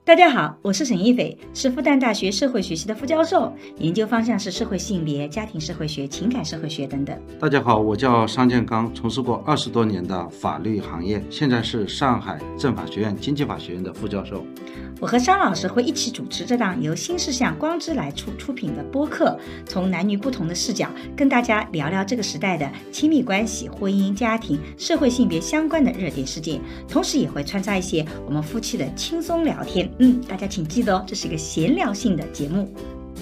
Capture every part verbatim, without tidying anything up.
大家好，我是沈一斐，是复旦大学社会学系的副教授，研究方向是社会性别、家庭社会学、情感社会学等等。 大家好，我叫商建刚，从事过二十多年的法律行业，现在是上海政法学院经济法学院的副教授。 我和商老师会一起主持这档由新世相光之来处出品的播客，从男女不同的视角跟大家聊聊这个时代的亲密关系、婚姻、家庭、社会性别相关的热点事件，同时也会穿插一些我们夫妻的轻松聊天。嗯，大家请记得哦，这是一个闲聊性的节目。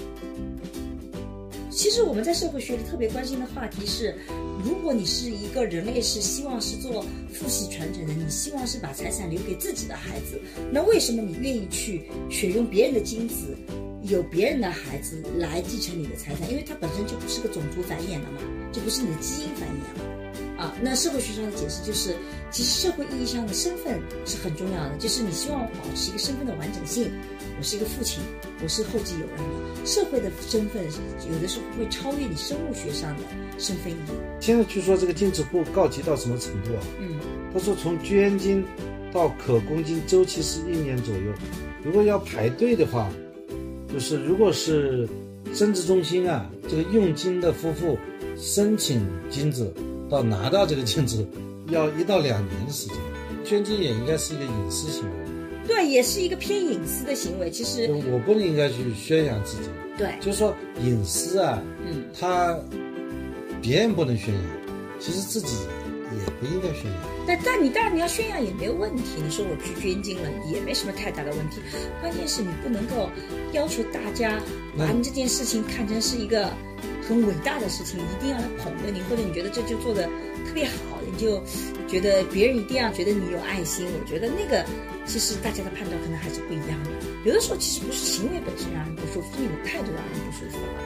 其实我们在社会学里特别关心的话题是，如果你是一个人类，是希望是做父系传承的，你希望是把财产留给自己的孩子，那为什么你愿意去选用别人的精子，有别人的孩子来继承你的财产？因为它本身就不是个种族繁衍了嘛，就不是你的基因繁衍了。啊，那社会学上的解释就是，其实社会意义上的身份是很重要的，就是你希望保持一个身份的完整性。我是一个父亲，我是后继有人的。社会的身份有的时候会超越你生物学上的身份意义。 现在据说这个精子库告急到什么程度啊？嗯，他说从捐精到可供精周期是一年左右，如果要排队的话，就是如果是生殖中心啊，这个用精的夫妇申请精子到拿到这个精子要一到两年的时间。捐精也应该是一个隐私行为， 对，也是一个偏隐私的行为。其实我不应该去宣扬自己， 对， 就是说隐私啊，嗯，他别人不能宣扬，其实自己也不应该宣扬。 但但你当然你要宣扬也没有问题，你说我去捐精了也没什么太大的问题，关键是你不能够要求大家把你这件事情看成是一个很伟大的事情，一定要来捧着你，或者你觉得这就做得特别好，你就觉得别人一定要觉得你有爱心。我觉得那个其实大家的判断可能还是不一样的，有的时候其实不是行为本身让人不舒服，是你的态度让人不舒服了。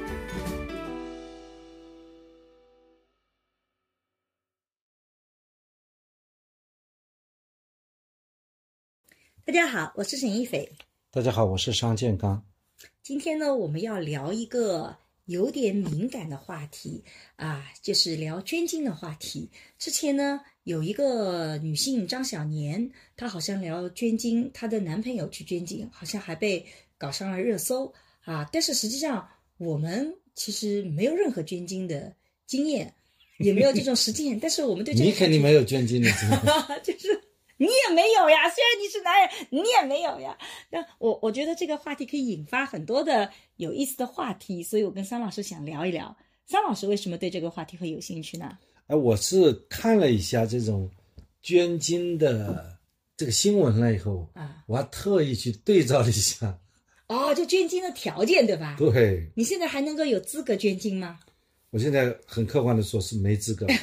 大家好，我是沈一斐。 大家好，我是商建刚。 今天呢，我们要聊一个有点敏感的话题啊，就是聊捐精的话题。之前呢，有一个女性张小年，她好像聊捐精，她的男朋友去捐精，好像还被搞上了热搜啊。但是实际上，我们其实没有任何捐精的经验，也没有这种实践。但是我们对这个你肯定没有捐精的经验， 就是你也没有呀，虽然你是男人，你也没有呀。那我我觉得这个话题可以引发很多的有意思的话题，所以我跟桑老师想聊一聊。桑老师为什么对这个话题会有兴趣呢？ 哎，我是看了一下这种捐精的这个新闻了以后啊，我还特意去对照了一下。 哦，就捐精的条件对吧？ 对。你现在还能够有资格捐精吗？ 我现在很客观的说是没资格。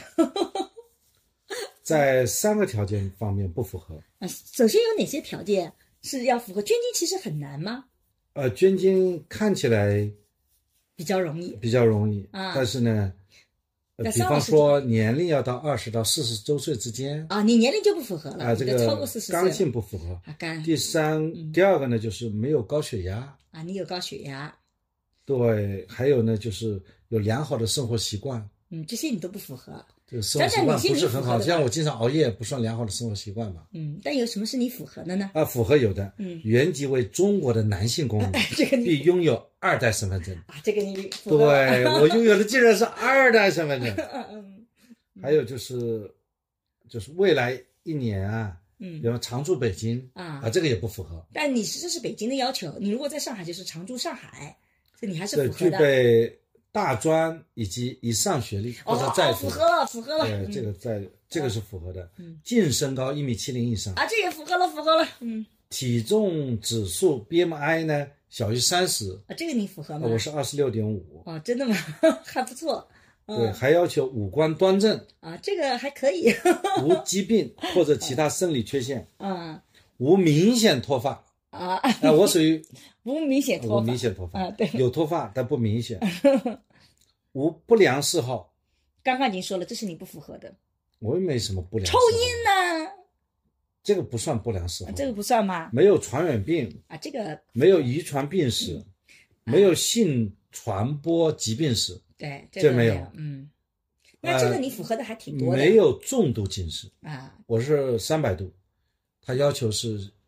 在三个条件方面不符合。 啊，首先有哪些条件是要符合？捐精其实很难吗？ 呃，捐精看起来比较容易， 比较容易啊，但是呢，呃、比方说年龄要到二十到四十周岁之间啊，你年龄就不符合了啊，这个超过四十岁刚性不符合。 啊，刚。 第三、嗯，第二个呢就是没有高血压啊，你有高血压。 对，还有呢就是有良好的生活习惯。 嗯，这些你都不符合。 这个生活习惯不是很好，像我经常熬夜，不算良好的生活习惯嘛。 嗯，但有什么是你符合的呢？ 啊，符合有的。嗯，原籍为中国的男性公民，这个必拥有二代身份证啊。这个你符合。 对，我拥有的竟然是二代身份证。嗯嗯。还有就是，就是未来一年啊，嗯，比方常驻北京啊，啊，这个也不符合。 但你这是北京的要求，你如果在上海就是常驻上海，这你还是符合的。 对，具备大专以及以上学历或者在读，哦，符合了，符合了。 对，这个在、嗯、这个是符合的。嗯，净身高一米七零以上啊，这也符合了，符合了。嗯， 体重指数 B M I 呢小于三十啊，这个你符合吗？ 我是二十六点五。 哦，真的吗？还不错。 嗯、对，还要求五官端正啊，这个还可以。 无疾病或者其他生理缺陷。 嗯， 无明显脱发。啊，啊，我属于无明显脱发， 无明显脱发啊，对， 有脱发但不明显。无不良嗜好， 刚刚已经说了，这是你不符合的。 我也没什么不良嗜好。 抽烟呢？ 这个不算不良嗜好、 啊，这个不算吗？ 没有传染病啊，这个没有遗传病史、嗯啊，没有性传播疾病史， 对， 这没有，嗯。那这个你符合的还挺多的。 呃、没有重度近视啊， 我是三百度，他要求是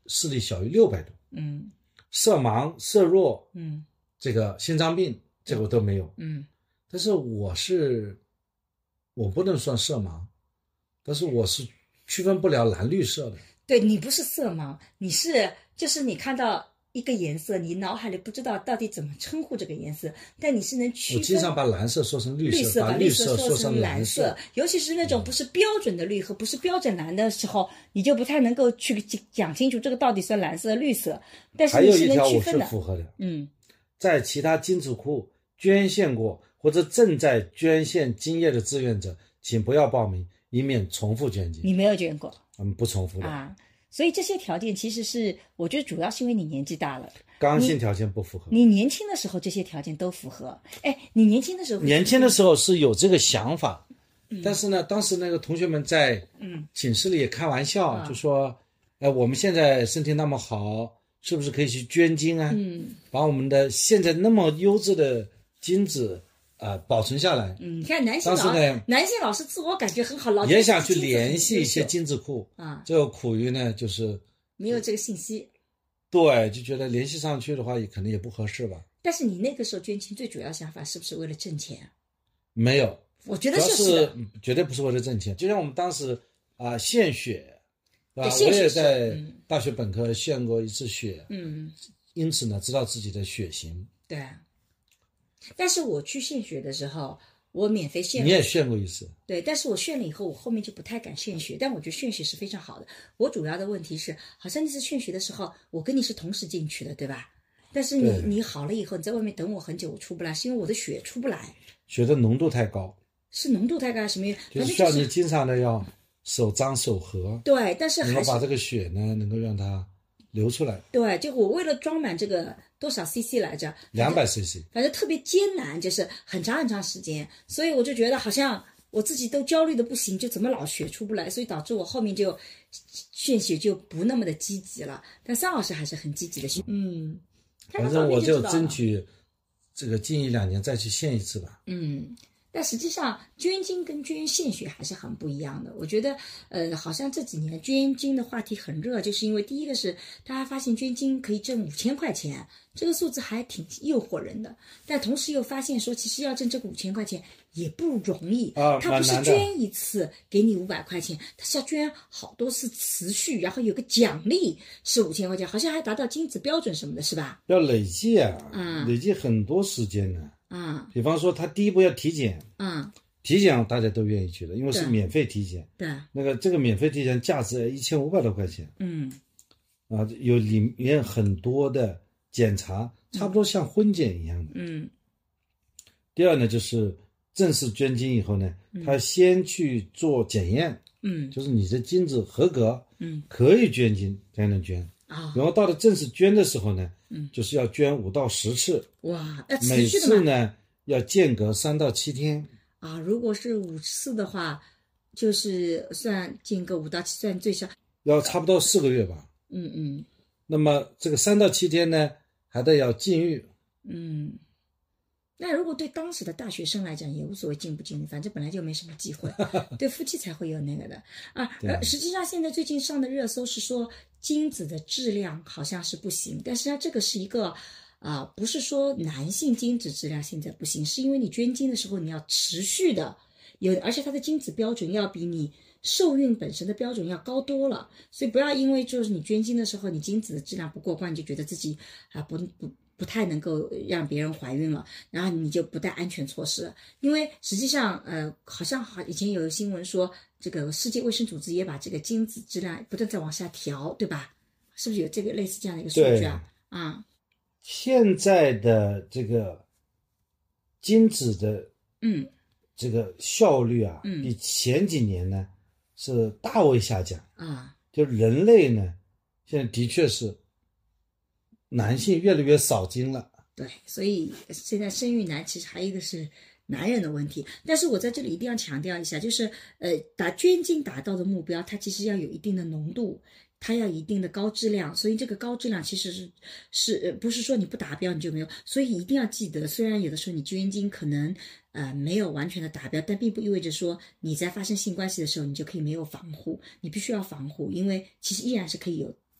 视力小于六百度， 嗯， 色盲、色弱， 嗯， 这个心脏病，这个我都没有， 嗯， 但是我是，我不能算色盲，但是我是区分不了蓝绿色的。 对，你不是色盲，你是就是你看到一个颜色，你脑海里不知道到底怎么称呼这个颜色，但你是能区分。 我经常把蓝色说成绿色， 绿色把绿色说成蓝色，尤其是那种不是标准的绿和不是标准蓝的时候，你就不太能够去讲清楚这个到底算蓝色绿色。但是你是能区分的。 还有一条我是符合的， 嗯， 在其他精子库捐献过或者正在捐献精液的志愿者，请不要报名，以免重复捐精。 你没有捐过？ 嗯，不重复的啊。所以这些条件其实是，我觉得主要是因为你年纪大了， 刚性条件不符合。 你, 你年轻的时候这些条件都符合。哎，你年轻的时候， 年轻的时候是有这个想法，嗯、但是呢，当时那个同学们在寝室里也开玩笑，嗯、就说：“哎，我们现在身体那么好，是不是可以去捐精啊？嗯，把我们的现在那么优质的精子。”呃，保存下来。 嗯，你看男性老男性老师自我感觉很好，老也想去联系一些精子库啊， 这个苦于呢，就是没有这个信息。 对，就觉得联系上去的话，也可能也不合适吧。 但是你那个时候捐精最主要想法是不是为了挣钱？ 没有， 我觉得是是绝对不是为了挣钱。就像我们当时啊、呃，献血，啊，我也在大学本科献过一次血， 嗯， 因此呢，知道自己的血型。 对。但是我去献血的时候，我免费献了。 你也献过一次。 对，但是我献了以后，我后面就不太敢献血。但我觉得献血是非常好的。我主要的问题是，好像那次献血的时候，我跟你是同时进去的，对吧？但是你你好了以后，你在外面等我很久，我出不来，是因为我的血出不来。 血的浓度太高。 是浓度太高什么原因？ 就是需要你经常的要手张手合。 对，但是还是能够把这个血呢，能够让它流出来。 对，就我为了装满这个多少 C C 来着？ 两百 C C， 反正特别艰难，就是很长很长时间，所以我就觉得好像我自己都焦虑的不行，就怎么老血出不来，所以导致我后面就献血就不那么的积极了。但桑老师还是很积极的，嗯， 反正我就争取这个近一两年再去献一次吧。 嗯。但实际上，捐精跟捐献血还是很不一样的。我觉得，呃，好像这几年捐精的话题很热，就是因为第一个是大家发现捐精可以挣五千块钱，这个数字还挺诱惑人的。但同时又发现说，其实要挣这个五千块钱也不容易。 啊， 他不是捐一次给你五百块钱，他是要捐好多次持续，然后有个奖励是五千块钱，好像还达到精子标准什么的，是吧？ 要累计啊， 嗯， 累计很多时间呢。 嗯， 比方说他第一步要体检， 嗯， 体检大家都愿意去的，因为是免费体检， 对， 那个这个免费体检价值一千五百多块钱， 嗯， 啊，有里面很多的检查，差不多像婚检一样的， 嗯。 第二呢，就是正式捐精以后呢，他先去做检验， 嗯， 就是你的精子合格， 嗯， 可以捐精才能捐。 啊， 然后到了正式捐的时候呢， 嗯， 就是要捐五到十次， 哇，要每次呢要间隔三到七天啊。如果是五次的话，就是算间隔五到七，算最少要差不多四个月吧。 嗯嗯。 那么这个三到七天呢，还得要禁欲。 嗯。那如果对当时的大学生来讲也无所谓禁不禁欲，反正本来就没什么机会，对夫妻才会有那个的啊。呃，实际上现在最近上的热搜是说精子的质量好像是不行，但实际上这个是一个啊、呃，不是说男性精子质量现在不行，是因为你捐精的时候你要持续的有，而且它的精子标准要比你受孕本身的标准要高多了，所以不要因为就是你捐精的时候你精子的质量不过关，你就觉得自己啊不不。不太能够让别人怀孕了，然后你就不带安全措施，因为实际上，呃，好像好以前有新闻说，这个世界卫生组织也把这个精子质量不断在往下调，对吧？是不是有这个类似这样的一个数据啊？啊、嗯， 现在的这个精子的嗯这个效率啊， 嗯， 比前几年呢是大为下降啊， 就人类呢现在的确是。男性越来越少精了， 对，所以现在生育难其实还有一个是男人的问题。但是我在这里一定要强调一下，就是呃，打捐精达到的目标，它其实要有一定的浓度，它要有一定的高质量。所以这个高质量其实是是呃不是说你不达标你就没有，所以一定要记得，虽然有的时候你捐精可能呃没有完全的达标，但并不意味着说你在发生性关系的时候你就可以没有防护，你必须要防护，因为其实依然是可以有。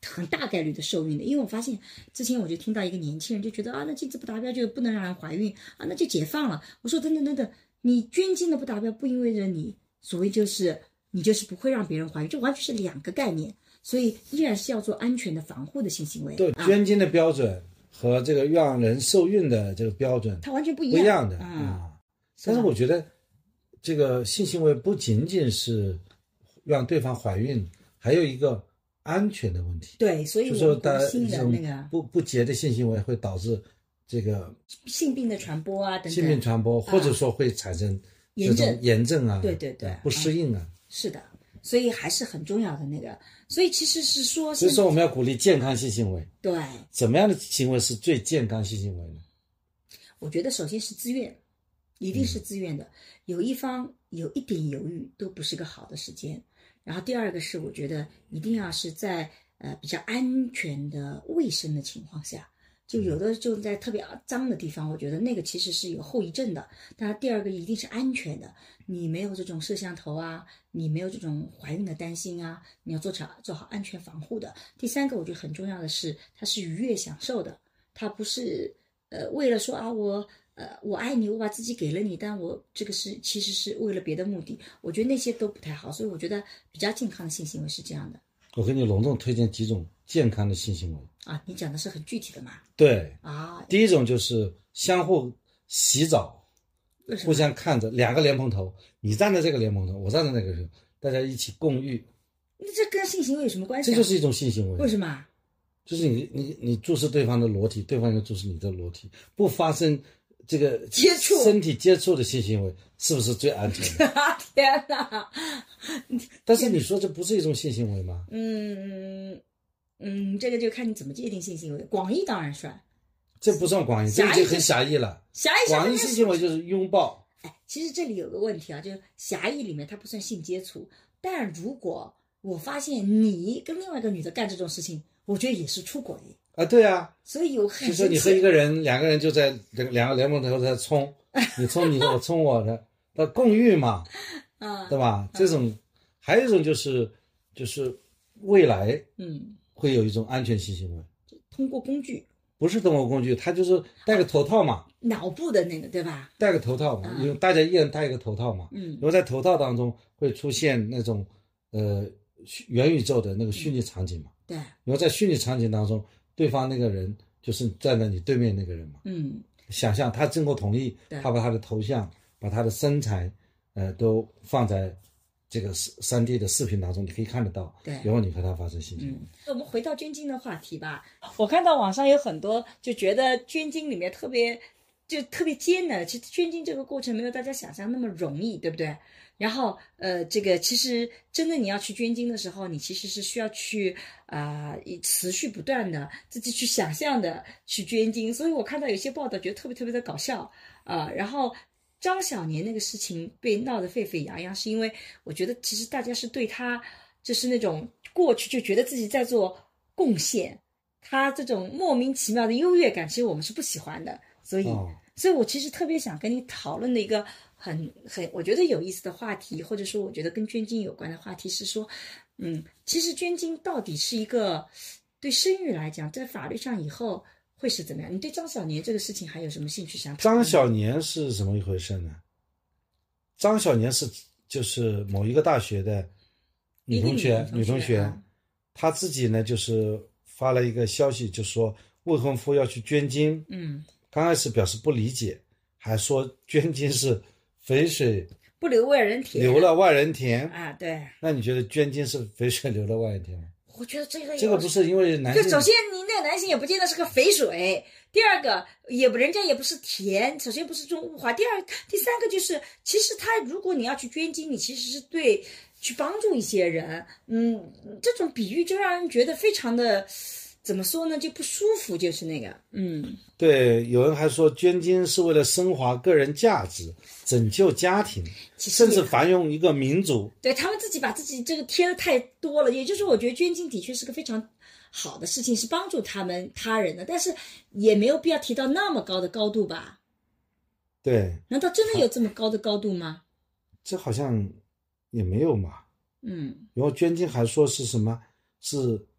很大概率的受孕的。因为我发现之前我就听到一个年轻人就觉得啊，那精子不达标就不能让人怀孕啊，那就解放了。我说等等等等，你捐精的不达标不意味着你所谓就是你就是不会让别人怀孕，这完全是两个概念。所以依然是要做安全的防护的性行为。 对， 啊、 捐精的标准和这个让人受孕的这个标准， 它完全不一样，不一样的啊、 嗯。但是我觉得，这个性行为不仅仅是让对方怀孕，还有一个安全的问题。 对，所以就是说，大家性的那个不不洁的性行为会导致这个性病的传播啊，等等。 性病传播，或者说会产生这种炎症啊， 对对对， 不适应啊。 嗯、是的。所以还是很重要的那个，所以其实是说， 所以说我们要鼓励健康性行为。 对， 怎么样的行为是最健康性行为呢？ 我觉得首先是自愿，一定是自愿的，嗯、有一方有一点犹豫都不是个好的时间。然后第二个是，我觉得一定要是在呃比较安全的、卫生的情况下。就有的就在特别脏的地方，我觉得那个其实是有后遗症的。当然，第二个一定是安全的，你没有这种摄像头啊，你没有这种怀孕的担心啊，你要做好做好安全防护的。第三个，我觉得很重要的是，它是愉悦享受的，它不是呃为了说啊我呃我爱你，我把自己给了你，但我这个是其实是为了别的目的。我觉得那些都不太好，所以我觉得比较健康的性行为是这样的。 我给你隆重推荐几种健康的性行为啊，你讲的是很具体的嘛？ 对啊， 第一种就是相互洗澡，互相看着，两个莲蓬头，你站在这个莲蓬头，我站在那个人，大家一起共浴。 那这跟性行为有什么关系、啊？ 这就是一种性行为。 为什么？ 就是你你你注视对方的裸体，对方也注视你的裸体，不发生这个接触身体接触的性行为，是不是最安全的？ 天哪！ 但是你说这不是一种性行为吗？ 嗯嗯，这个就看你怎么界定性行为。广义当然算， 这不算广义，这已经很狭义了。 狭义广义性行为就是拥抱。 哎，其实这里有个问题啊，就是狭义里面它不算性接触，但如果我发现你跟另外一个女的干这种事情，我觉得也是出轨啊。对啊， 所以有很就说你和一个人，两个人就在两个联盟头在冲，你冲你的，我冲我的，那共浴嘛， 啊， 对吧？这种还有一种就是就是未来嗯会有一种安全性行为， 通过工具， 不是通过工具，他就是戴个头套嘛， 脑部的那个对吧？ 戴个头套嘛，因为大家一人戴一个头套嘛， 嗯， 然后在头套当中会出现那种呃元宇宙的那个虚拟场景嘛， 对， 然后在虚拟场景当中，对方那个人就是站在你对面那个人嘛， 嗯， 想象他经过同意，他把他的头像、把他的身材，呃，都放在这个三 D 的视频当中，你可以看得到， 对， 然后你和他发生性行为。 嗯，我们回到捐精的话题吧，我看到网上有很多就觉得捐精里面特别就特别艰难，其实捐精这个过程没有大家想象那么容易，对不对？然后呃，这个其实真的你要去捐精的时候，你其实是需要去啊、呃、持续不断的自己去想象的去捐精，所以我看到有些报道觉得特别特别的搞笑啊、呃。然后张小年那个事情被闹得沸沸扬扬，是因为我觉得其实大家是对他就是那种过去就觉得自己在做贡献，他这种莫名其妙的优越感，其实我们是不喜欢的，所以。哦，所以我其实特别想跟你讨论的一个很很我觉得有意思的话题，或者说我觉得跟捐精有关的话题是说，嗯，其实捐精到底是一个对生育来讲，在法律上以后会是怎么样？你对张小年这个事情还有什么兴趣想讨论？ 张小年是怎么一回事呢？张小年是就是某一个大学的女同学，女同学，女同学啊，她自己呢就是发了一个消息，就说未婚夫要去捐精， 嗯。 刚开始表示不理解，还说捐精是肥水不流外人田， 流了外人田啊。对， 那你觉得捐精是肥水流了外人田吗？ 我觉得这个这个不是因为男性， 就首先你那个男性也不见得是个肥水，第二个也不人家也不是田，首先不是这种物化，第二第三个就是其实他如果你要去捐精，你其实是对去帮助一些人，嗯，这种比喻就让人觉得非常的。怎么说呢？就不舒服，就是那个，嗯， 对，有人还说捐精是为了升华个人价值，拯救家庭，甚至繁荣一个民族。 对，他们自己把自己这个贴的太多了，也就是我觉得捐精的确是个非常好的事情，是帮助他们他人的，但是也没有必要提到那么高的高度吧？ 对， 难道真的有这么高的高度吗？ 这好像也没有嘛。 嗯， 然后捐精还说是什么？是。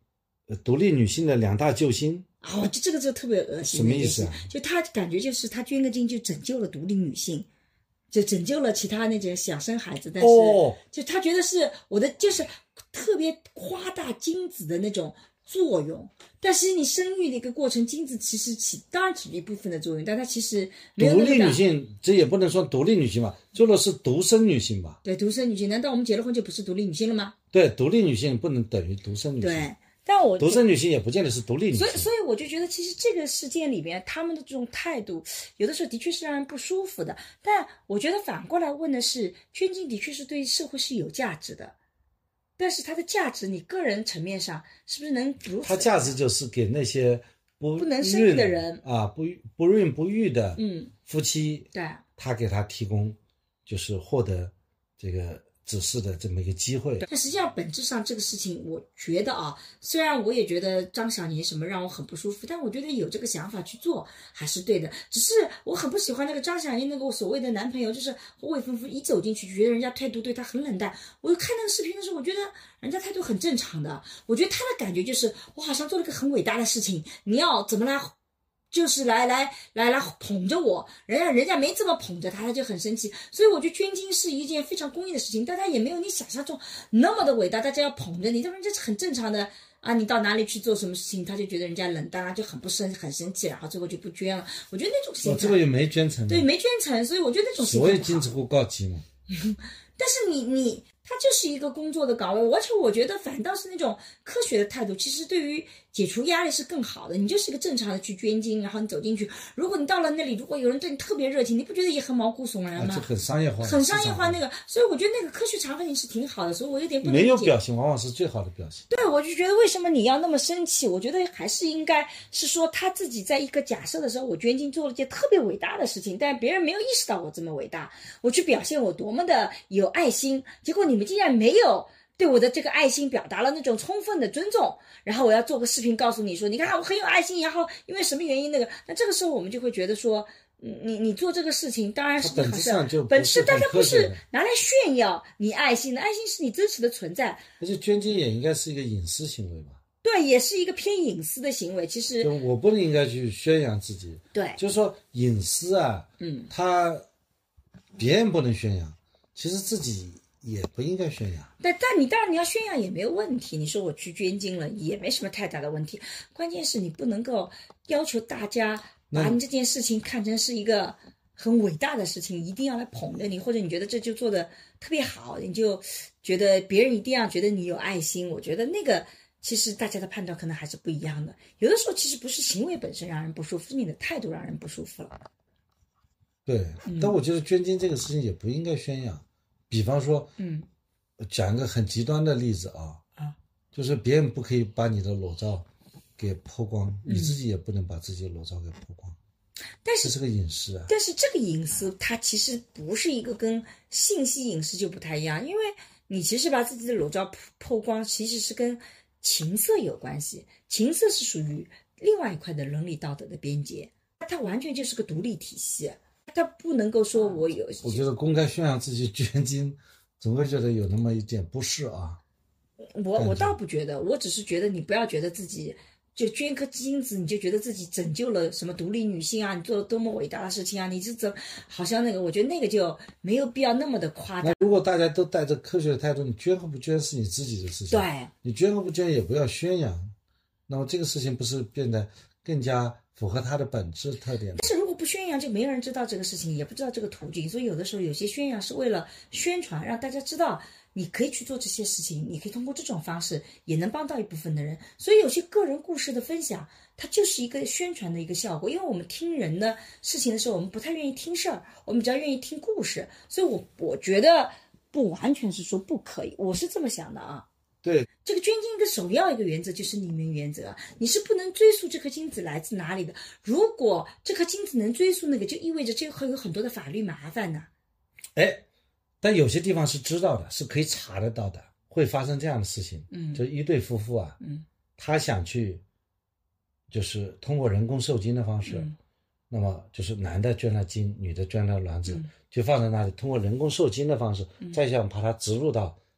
呃独立女性的两大救星。 哦，就这个就特别恶心。 什么意思啊？ 就他感觉就是他捐个精就拯救了独立女性，就拯救了其他那种想生孩子，但是、哦、就他觉得是我的，就是特别夸大精子的那种作用。但是你生育的一个过程，精子其实起当然起了一部分的作用，但它其实没有那么大。 独立女性，这也不能说独立女性吧，做的是独生女性吧？ 对，独生女性，难道我们结了婚就不是独立女性了吗？ 对，独立女性不能等于独生女性。 对。但我独生女性也不见得是独立女性， 所以所以我就觉得，其实这个事件里面他们的这种态度，有的时候的确是让人不舒服的。但我觉得反过来问的是，捐精的确是对社会是有价值的，但是它的价值，你个人层面上是不是能如此？ 它价值就是给那些不不能生育的人啊，不不孕不育的嗯夫妻， 对， 他给他提供就是获得这个指示的这么一个机会。 但实际上本质上这个事情，我觉得啊，虽然我也觉得张小年什么让我很不舒服，但我觉得有这个想法去做还是对的。只是我很不喜欢那个张小年那个我所谓的男朋友，就是魏芬芬一走进去，觉得人家态度对他很冷淡。我看那个视频的时候，我觉得人家态度很正常的。我觉得他的感觉就是我好像做了个很伟大的事情，你要怎么来？就是来来来来捧着我，人家人家没这么捧着他，他就很生气。所以我觉得捐精是一件非常公益的事情，但他也没有你想象中那么的伟大，大家要捧着你，这这是很正常的啊。你到哪里去做什么事情，他就觉得人家冷淡啊，就很不生很生气，然后最后就不捐了。我觉得那种心态， 我这个也没捐成， 对，没捐成，所以我觉得那种心态所谓精子户告急嘛。 但是你你它就是一个工作的岗位，而且我觉得反倒是那种科学的态度，其实对于解除压力是更好的。你就是一个正常的去捐精，然后你走进去，如果你到了那里，如果有人对你特别热情，你不觉得也很毛骨悚然吗？ 啊、就很商业化， 很商业化那个，所以我觉得那个科学场合你是挺好的，所以我有点不能理解。 没有表现往往是最好的表现。 对，我就觉得为什么你要那么生气？我觉得还是应该是说他自己在一个假设的时候，我捐精做了件特别伟大的事情，但别人没有意识到我这么伟大，我去表现我多么的有爱心，结果你们竟然没有对我的这个爱心表达了那种充分的尊重，然后我要做个视频告诉你说，你看我很有爱心，然后因为什么原因那个，那这个时候我们就会觉得说，你你做这个事情当然是本质上就本质，但它不是拿来炫耀你爱心的，爱心是你真实的存在。 而且捐精也应该是一个隐私行为吧？ 对，也是一个偏隐私的行为。其实就我不能应该去宣扬自己， 对， 就是说隐私啊， 嗯， 他别人不能宣扬，其实自己也不应该宣扬。 但但你当然你要宣扬也没有问题，你说我去捐精了也没什么太大的问题。关键是你不能够要求大家把你这件事情看成是一个很伟大的事情，一定要来捧着你，或者你觉得这就做的特别好，你就觉得别人一定要觉得你有爱心。我觉得那个其实大家的判断可能还是不一样的。有的时候其实不是行为本身让人不舒服，是你的态度让人不舒服了。 对，但我觉得捐精这个事情也不应该宣扬。比方说， 嗯， 讲一个很极端的例子啊， 啊， 就是别人不可以把你的裸照给曝光， 嗯、 你自己也不能把自己的裸照给曝光。 但是这是个隐私啊。 但是这个隐私它其实不是一个跟信息隐私就不太一样，因为你其实把自己的裸照曝光，其实是跟情色有关系，情色是属于另外一块的伦理道德的边界，它完全就是个独立体系。他不能够说我有， 我觉得公开宣扬自己捐精，总会觉得有那么一点不适啊。 我我倒不觉得，我只是觉得你不要觉得自己就捐颗精子，你就觉得自己拯救了什么独立女性啊，你做了多么伟大的事情啊，你是怎好像那个，我觉得那个就没有必要那么的夸大。 那如果大家都带着科学的态度，你捐和不捐是你自己的事情， 对， 你捐和不捐也不要宣扬，那么这个事情不是变得更加符合它的本质特点吗？ 但是如果不宣扬，就没有人知道这个事情，也不知道这个途径，所以有的时候有些宣扬是为了宣传，让大家知道你可以去做这些事情，你可以通过这种方式也能帮到一部分的人。所以有些个人故事的分享，它就是一个宣传的一个效果。因为我们听人的事情的时候，我们不太愿意听事儿，我们比较愿意听故事，所以我我觉得不完全是说不可以，我是这么想的啊。 对， 这个捐精一个首要一个原则就是匿名原则，你是不能追溯这颗精子来自哪里的。如果这颗精子能追溯那个，就意味着这会有很多的法律麻烦呢。 哎，但有些地方是知道的，是可以查得到的，会发生这样的事情。 嗯， 就一对夫妇啊， 嗯， 他想去，就是通过人工受精的方式， 嗯、 那么就是男的捐了精，女的捐了卵子， 嗯、 就放在那里，通过人工受精的方式， 嗯、 再想把它植入到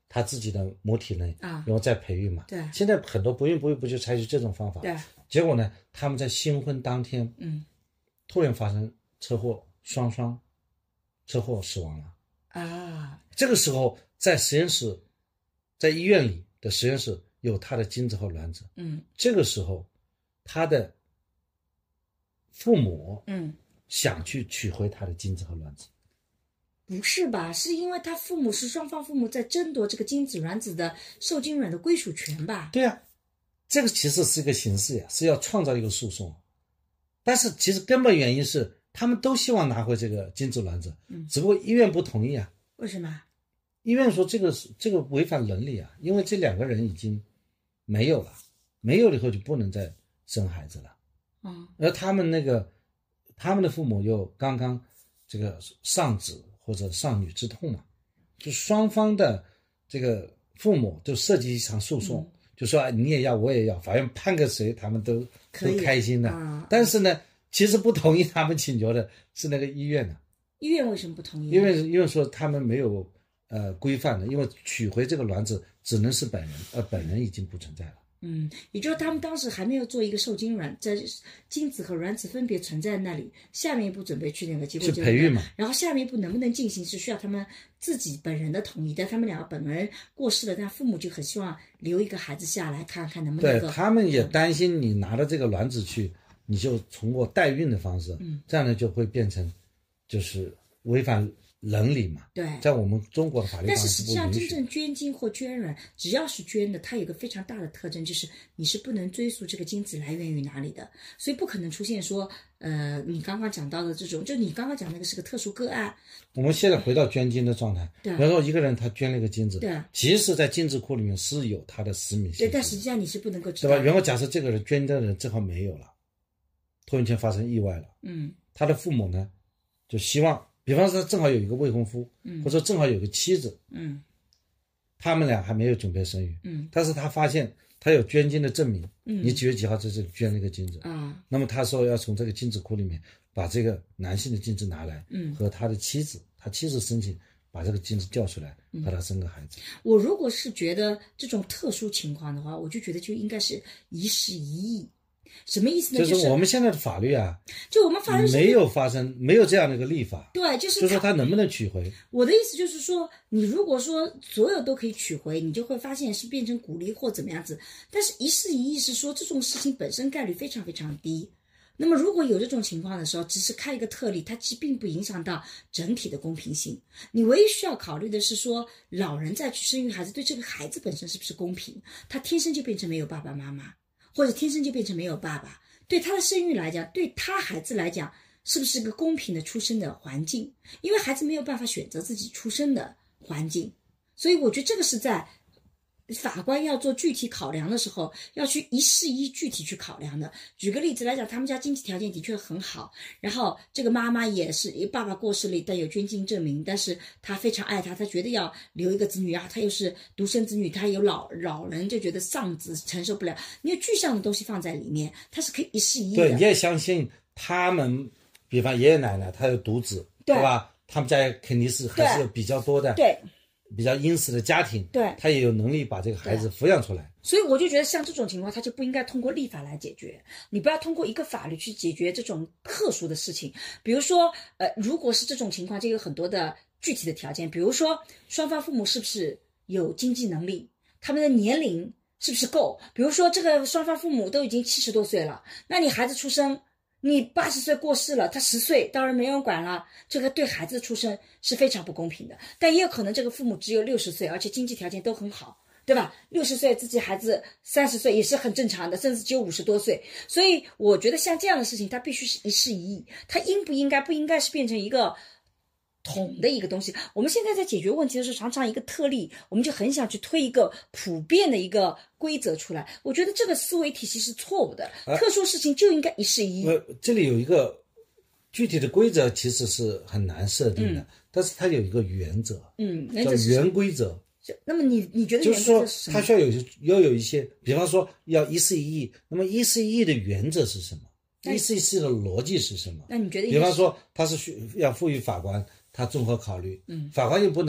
他自己的母体内， 啊， 然后再培育嘛。 对， 现在很多不孕不育不就采取这种方法？ 对， 结果呢，他们在新婚当天， 嗯， 突然发生车祸，双双车祸死亡了。 啊， 这个时候在实验室，在医院里的实验室有他的精子和卵子， 嗯， 这个时候他的父母， 嗯， 想去取回他的精子和卵子。 不是吧？是因为他父母是双方父母在争夺这个精子卵子的受精卵的归属权吧？ 对啊，这个其实是一个形式呀，是要创造一个诉讼，但是其实根本原因是他们都希望拿回这个精子卵子， 嗯， 只不过医院不同意啊。 为什么？ 医院说这个这个违反伦理啊，因为这两个人已经没有了，没有了以后就不能再生孩子了。 嗯， 而他们那个他们的父母又刚刚这个丧子或者丧女之痛嘛，就双方的这个父母都涉及一场诉讼，嗯，就说，哎，你也要我也要，法院判个谁他们都都开心的，啊。但是呢，其实不同意他们请求的是那个医院的。 医院为什么不同意？ 因为因为说他们没有呃规范的，因为取回这个卵子只能是本人，呃本人已经不存在了。 嗯，也就是他们当时还没有做一个受精卵，在精子和卵子分别存在那里，下面一步准备去那个结果去培育嘛， 然后下面一步能不能进行是需要他们自己本人的同意，但他们两个本人过世了，但父母就很希望留一个孩子下来，看看能不能。 对，他们也担心你拿了这个卵子去，你就通过代孕的方式， 嗯， 这样呢就会变成就是违反伦理嘛。 对， 在我们中国的法律上但是实际上是不允许。 真正捐精或捐卵，只要是捐的，它有一个非常大的特征，就是你是不能追溯这个精子来源于哪里的，所以不可能出现说呃你刚刚讲到的这种，就你刚刚讲那个是个特殊个案。 我们现在回到捐精的状态， 对， 比如说一个人他捐了一个精子， 对， 其实在精子库里面是有他的实名信息， 对，但实际上你是不能够知道， 对吧？然后假设这个人捐的人正好没有了，突然间发生意外了， 嗯， 他的父母呢就希望，比方说他正好有一个未婚夫， 嗯， 或者正好有个妻子， 嗯， 他们俩还没有准备生育， 嗯， 但是他发现他有捐精的证明， 嗯， 你几月几号在这里捐了一个精子啊， 那么他说要从这个精子库里面把这个男性的精子拿来， 嗯， 和他的妻子，他妻子申请把这个精子调出来， 嗯， 和他生个孩子。 我如果是觉得这种特殊情况的话，我就觉得就应该是一事一议。什么意思呢？ 就是我们现在的法律啊， 就我们法律没有发生，没有这样的一个立法。 对，就是就说他能不能取回？ 我的意思就是说，你如果说所有都可以取回，你就会发现是变成鼓励或怎么样子。但是一事一议是说这种事情本身概率非常非常低。那么如果有这种情况的时候，只是开一个特例，它其实并不影响到整体的公平性。你唯一需要考虑的是说，老人再去生育孩子，对这个孩子本身是不是公平？他天生就变成没有爸爸妈妈，或者天生就变成没有爸爸，对他的生育来讲，对他孩子来讲，是不是个公平的出生的环境？因为孩子没有办法选择自己出生的环境，所以我觉得这个是在法官要做具体考量的时候，要去一事一具体去考量的。举个例子来讲，他们家经济条件的确很好，然后这个妈妈也是，爸爸过世了，但有捐精证明，但是他非常爱他，他觉得要留一个子女啊，他又是独生子女，他有老老人就觉得丧子承受不了，你有具象的东西放在里面，他是可以一事一议的。 对，你也相信他们，比方爷爷奶奶他有独子， 对, 对吧？他们家肯定是还是有比较多的， 对。 比较殷实的家庭， 对， 他也有能力把这个孩子抚养出来。 所以我就觉得像这种情况，他就不应该通过立法来解决，你不要通过一个法律去解决这种特殊的事情。比如说呃，如果是这种情况，就有很多的具体的条件，比如说双方父母是不是有经济能力，他们的年龄是不是够，比如说这个双方父母都已经七十多岁了，那你孩子出生你八十岁过世了，他十岁当然没人管了，这个对孩子的出生是非常不公平的。但也有可能这个父母只有六十岁，而且经济条件都很好，对吧？六十岁自己孩子三十岁也是很正常的，甚至只有五十多岁。所以我觉得像这样的事情，它必须是一事一议，它应不应该不应该是变成一个统的一个东西。我们现在在解决问题的时候，常常一个特例，我们就很想去推一个普遍的一个规则出来。我觉得这个思维体系是错误的，啊、特殊事情就应该一事一议。 呃，这里有一个具体的规则，其实是很难设定的，嗯、但是它有一个原则， 嗯， 叫原规则。 那么你你觉得就是说，它需要有要有一些，比方说要一事一议。那么一事一议的原则是什么？一事一议的逻辑是什么？ 那你觉得？ 比方说，它是需要赋予法官他综合考虑， 嗯， 法官又不能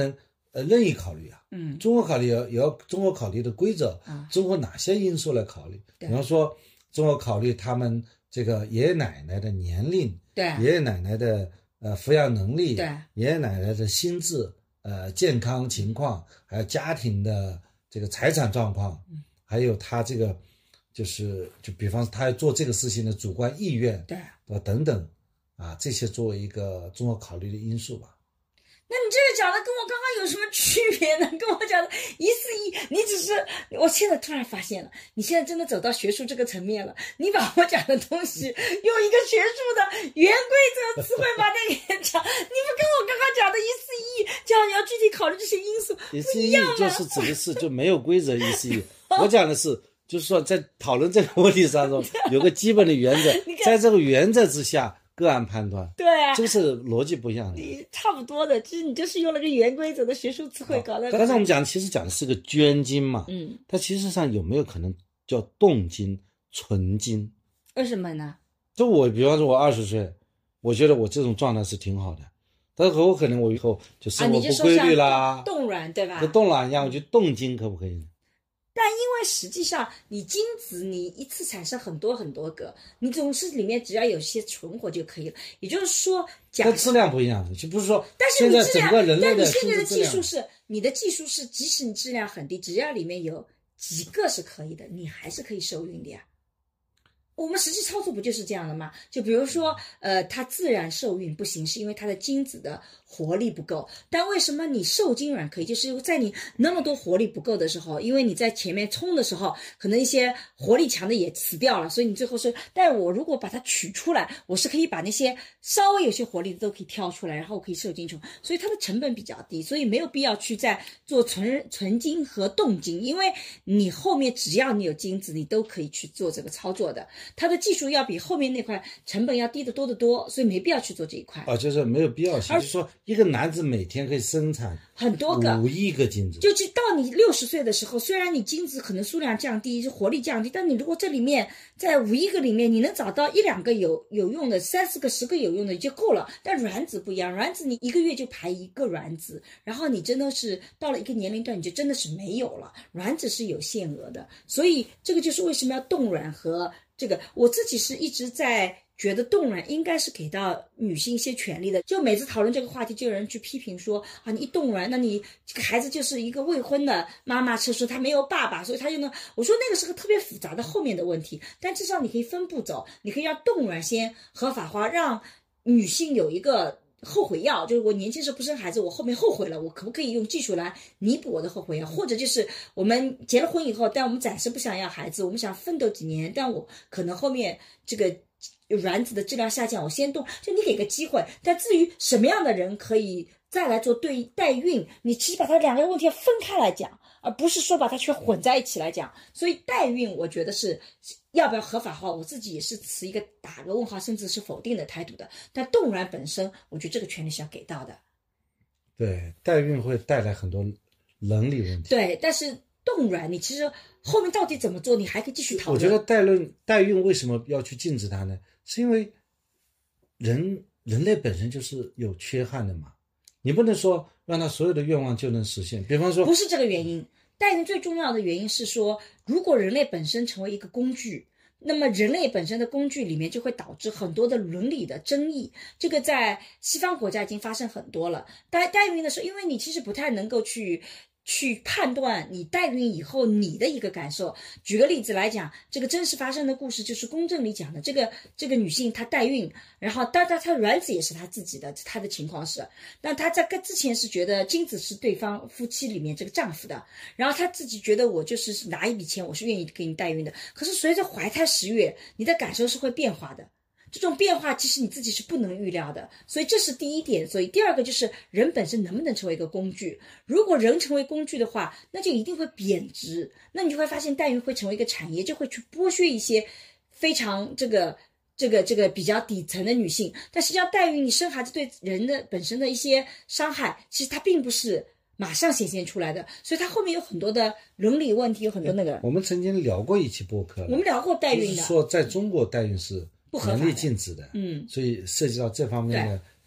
呃任意考虑啊， 嗯， 综合考虑也要也要综合考虑的规则， 啊， 综合哪些因素来考虑？比对方说，综合考虑他们这个爷爷奶奶的年龄， 对， 爷爷奶奶的呃抚养能力， 对， 爷爷奶奶的心智呃健康情况，还有家庭的这个财产状况， 嗯， 还有他这个就是就比方他要做这个事情的主观意愿， 对， 呃等等啊，这些作为一个综合考虑的因素吧。 那你这个讲的跟我刚刚有什么区别呢？跟我讲的一四一，你只是，我现在突然发现了，你现在真的走到学术这个层面了。你把我讲的东西用一个学术的原规则词汇把它给讲，你不跟我刚刚讲的一四一讲你要具体考虑这些因素一四一就是指的是就没有规则一四一，我讲的是就是说在讨论这个问题当中有个基本的原则，在这个原则之下个案判断， 对啊， 这个是逻辑不一样的， 你差不多的，其实你就是用了个原规则的学术词汇搞的。 刚才我们讲，其实讲的是个捐精嘛， 嗯， 它其实上有没有可能叫动精、纯精？ 为什么呢？ 就我比方说，我二十岁，我觉得我这种状态是挺好的，但是我可能我以后就生活不规律啦， 啊、冻卵对吧？ 跟冻卵一样，我就动精可不可以呢？ 但因为实际上你精子你一次产生很多很多个，你总是里面只要有些存活就可以了。也就是说， 但质量不一样，就不是说但是你现在整个人类的但你现在的技术是是，你的技术是，即使你质量很低，只要里面有几个是可以的，你还是可以受孕的呀。我们实际操作不就是这样的吗？就比如说，呃，它自然受孕不行，是因为它的精子的活力不够。但为什么你受精卵可以？就是在你那么多活力不够的时候，因为你在前面冲的时候，可能一些活力强的也死掉了，所以你最后是，但我如果把它取出来，我是可以把那些稍微有些活力的都可以挑出来，然后我可以受精虫，所以它的成本比较低，所以没有必要去再做纯纯精和冻精，因为你后面只要你有精子，你都可以去做这个操作的。它的技术要比后面那块成本要低得多得多，所以没必要去做这一块。 啊，就是没有必要性，就是说一个男子每天可以生产很多个五亿个精子， 就去到你六十岁的时候，虽然你精子可能数量降低，活力降低，但你如果这里面在五亿个里面，你能找到一两个有有用的，三四个、十个有用的就够了。但卵子不一样，卵子你一个月就排一个卵子，然后你真的是到了一个年龄段，你就真的是没有了。卵子是有限额的，所以这个就是为什么要冻卵和。这个我自己是一直在觉得冻卵应该是给到女性一些权利的，就每次讨论这个话题就有人去批评说啊，你一冻卵那你这个孩子就是一个未婚的妈妈，是说他没有爸爸，所以他就能，我说那个是个特别复杂的后面的问题，但至少你可以分步走，你可以让冻卵先合法化，让女性有一个后悔药，就是我年轻时候不生孩子，我后面后悔了，我可不可以用技术来弥补我的后悔药？或者就是我们结了婚以后，但我们暂时不想要孩子，我们想奋斗几年，但我可能后面这个卵子的质量下降，我先动，就你给个机会。但至于什么样的人可以再来做对代孕，你其实把它两个问题要分开来讲，而不是说把它全混在一起来讲。所以代孕我觉得是要不要合法化，我自己也是持一个打个问号甚至是否定的态度的。但冻卵本身我觉得这个权利是要给到的。 对，代孕会带来很多伦理问题。 对，但是冻卵你其实后面到底怎么做你还可以继续讨论。 我觉得代孕代孕为什么要去禁止它呢？是因为人人类本身就是有缺憾的嘛，你不能说让他所有的愿望就能实现。比方说不是这个原因，代孕最重要的原因是说，如果人类本身成为一个工具，那么人类本身的工具里面就会导致很多的伦理的争议，这个在西方国家已经发生很多了。代代孕的时候，因为你其实不太能够去去判断你代孕以后你的一个感受。举个例子来讲，这个真实发生的故事就是公正里讲的，这个这个女性她代孕，然后当然她卵子也是她自己的，她的情况是，那她在之前是觉得精子是对方夫妻里面这个丈夫的，然后她自己觉得我就是拿一笔钱我是愿意给你代孕的，可是随着怀胎十月，你的感受是会变化的。这种变化其实你自己是不能预料的，所以这是第一点。所以第二个就是人本身能不能成为一个工具，如果人成为工具的话，那就一定会贬值，那你就会发现代孕会成为一个产业，就会去剥削一些非常这个这个这个比较底层的女性。但实际上代孕你生孩子对人的本身的一些伤害，其实它并不是马上显现出来的，所以它后面有很多的伦理问题，有很多那个。 我们曾经聊过一期播客， 我们聊过代孕的， 就是说在中国代孕是严厉禁止的， 嗯， 所以涉及到这方面的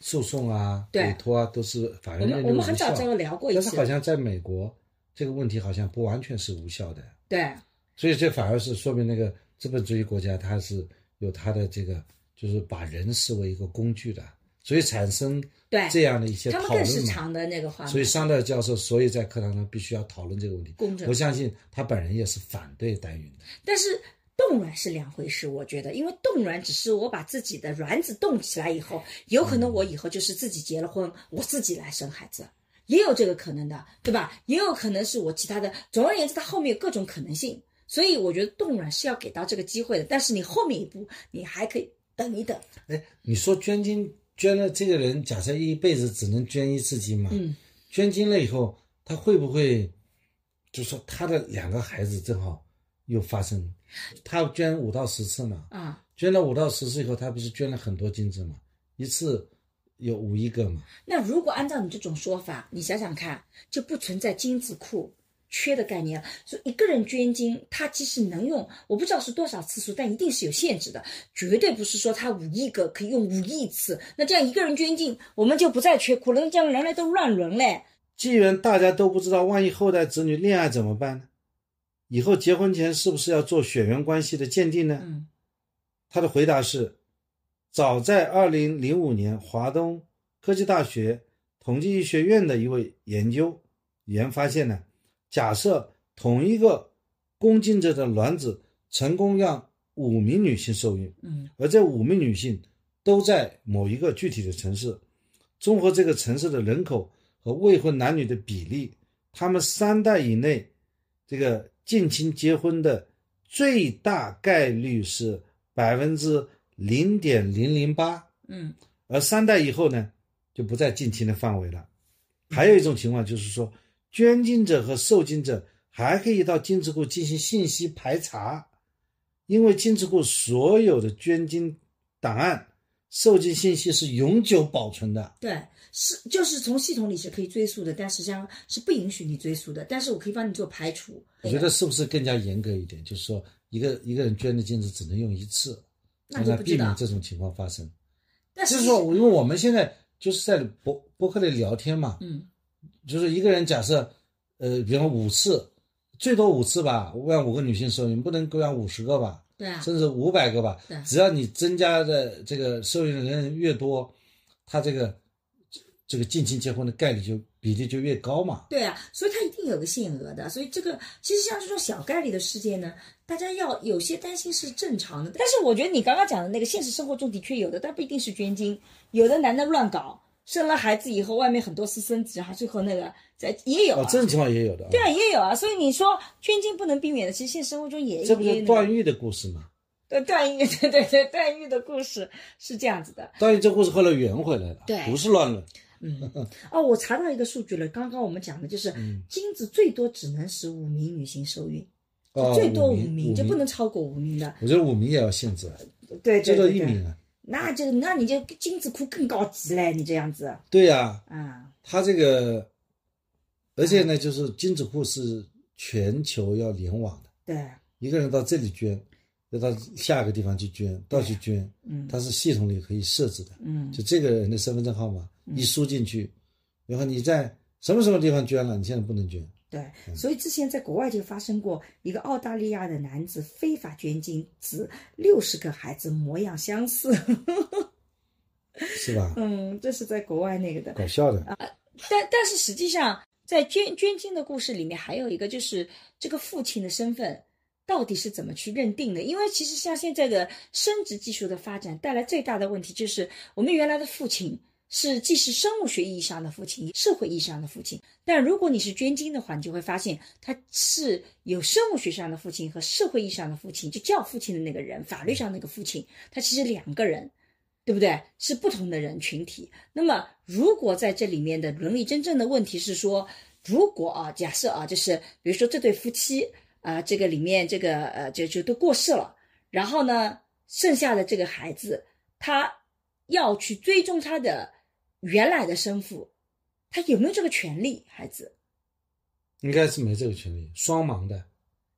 诉讼啊、 对委托啊，都是法院我们我们很早这这个聊过一次， 但是好像在美国这个问题好像不完全是无效的。 对， 所以这反而是说明那个资本主义国家它是有它的这个，就是把人视为一个工具的，所以产生对这样的一些讨论嘛。 他们更是长的那个话， 所以桑德尔教授所以在课堂上必须要讨论这个问题。 公正， 我相信他本人也是反对代孕的。 但是冻卵是两回事，我觉得，因为冻卵只是我把自己的卵子冻起来以后，有可能我以后就是自己结了婚，我自己来生孩子，也有这个可能的，对吧？也有可能是我其他的，总而言之，它后面有各种可能性。所以我觉得冻卵是要给到这个机会的，但是你后面一步，你还可以等一等。 哎，你说捐精捐了，这个人假设一辈子只能捐一次精嘛？ 嗯， 捐精了以后，他会不会就说他的两个孩子正好又发生？他捐五到十次嘛？ 啊， 捐了五到十次以后，他不是捐了很多精子嘛？一次有五亿个嘛？ 那如果按照你这种说法，你想想看，就不存在精子库缺的概念了。所以一个人捐精，他其实能用，我不知道是多少次数，但一定是有限制的，绝对不是说他五亿个可以用五亿次。那这样一个人捐精，我们就不再缺库了，这样人类都乱伦嘞。 既然大家都不知道，万一后代子女恋爱怎么办呢？以后结婚前是不是要做血缘关系的鉴定呢？ 嗯， 他的回答是，早在二零零五年，华东科技大学统计医学院的一位研究员发现呢，假设同一个供精者的卵子成功让五名女性受孕， 嗯， 而这五名女性都在某一个具体的城市，综合这个城市的人口和未婚男女的比例，他们三代以内这个近亲结婚的最大概率是百分之零点零零八， 嗯， 而三代以后呢，就不在近亲的范围了。还有一种情况就是说，捐精者和受精者还可以到精子库进行信息排查，因为精子库所有的捐精档案、受精信息是永久保存的。 对，是就是从系统里是可以追溯的，但实际上是不允许你追溯的。但是我可以帮你做排除。 我觉得是不是更加严格一点？就是说，一个一个人捐的精子只能用一次， 那就不知道避免这种情况发生。 但就是说，因为我们现在就是在博博客里聊天嘛， 嗯， 就是一个人假设，呃，比方五次，最多五次吧，让五个女性受孕，不能够让五十个吧， 对啊， 甚至五百个吧， 对， 只要你增加的这个受孕的人越多，他这个这个近亲结婚的概率就比例就越高嘛。 对啊，所以它一定有个限额的。所以这个其实像这种小概率的事件呢，大家要有些担心是正常的。但是我觉得你刚刚讲的那个现实生活中的确有的，但不一定是捐精，有的男的乱搞，生了孩子以后外面很多私生子，然后最后那个在也有啊， 哦，这种情况也有的、啊。 对啊，也有啊。所以你说捐精不能避免的，其实现实生活中也有。 这不是段誉的故事吗？ 对，段誉，对对对，段誉的故事是这样子的。 段誉这故事后来圆回来了， 对， 不是乱伦。 嗯，哦，我查到一个数据了，刚刚我们讲的就是、嗯、精子最多只能使五名女性受孕， 哦、 最多五名，名就不能超过五名的。 我觉得五名也要限制， 对对对对， 最多一名啊。 那就那你就精子库更高级嘞，你这样子。 对呀、 啊，啊， 他这个，而且呢，就是精子库是全球要联网的， 对， 一个人到这里捐。要到下个地方去捐，到去捐， 嗯， 它是系统里可以设置的， 嗯， 就这个人的身份证号码、嗯、一输进去，然后你在什么什么地方捐了，你现在不能捐。 对，嗯、所以之前在国外就发生过一个澳大利亚的男子非法捐精，指六十个孩子模样相似， 是吧？ 嗯，这是在国外那个的， 搞笑的啊。但但是实际上，在捐捐精的故事里面，还有一个就是这个父亲的身份。到底是怎么去认定的？因为其实像现在的生殖技术的发展带来最大的问题就是我们原来的父亲是既是生物学意义上的父亲，社会意义上的父亲，但如果你是捐精的话，你就会发现他是有生物学上的父亲和社会意义上的父亲，就叫父亲的那个人，法律上那个父亲，他其实两个人，对不对？是不同的人群体。那么如果在这里面的伦理真正的问题是说，如果啊，假设啊，就是比如说这对夫妻啊、呃，这个里面这个呃，就就都过世了，然后呢，剩下的这个孩子，他要去追踪他的原来的生父，他有没有这个权利？孩子应该是没这个权利，双盲的。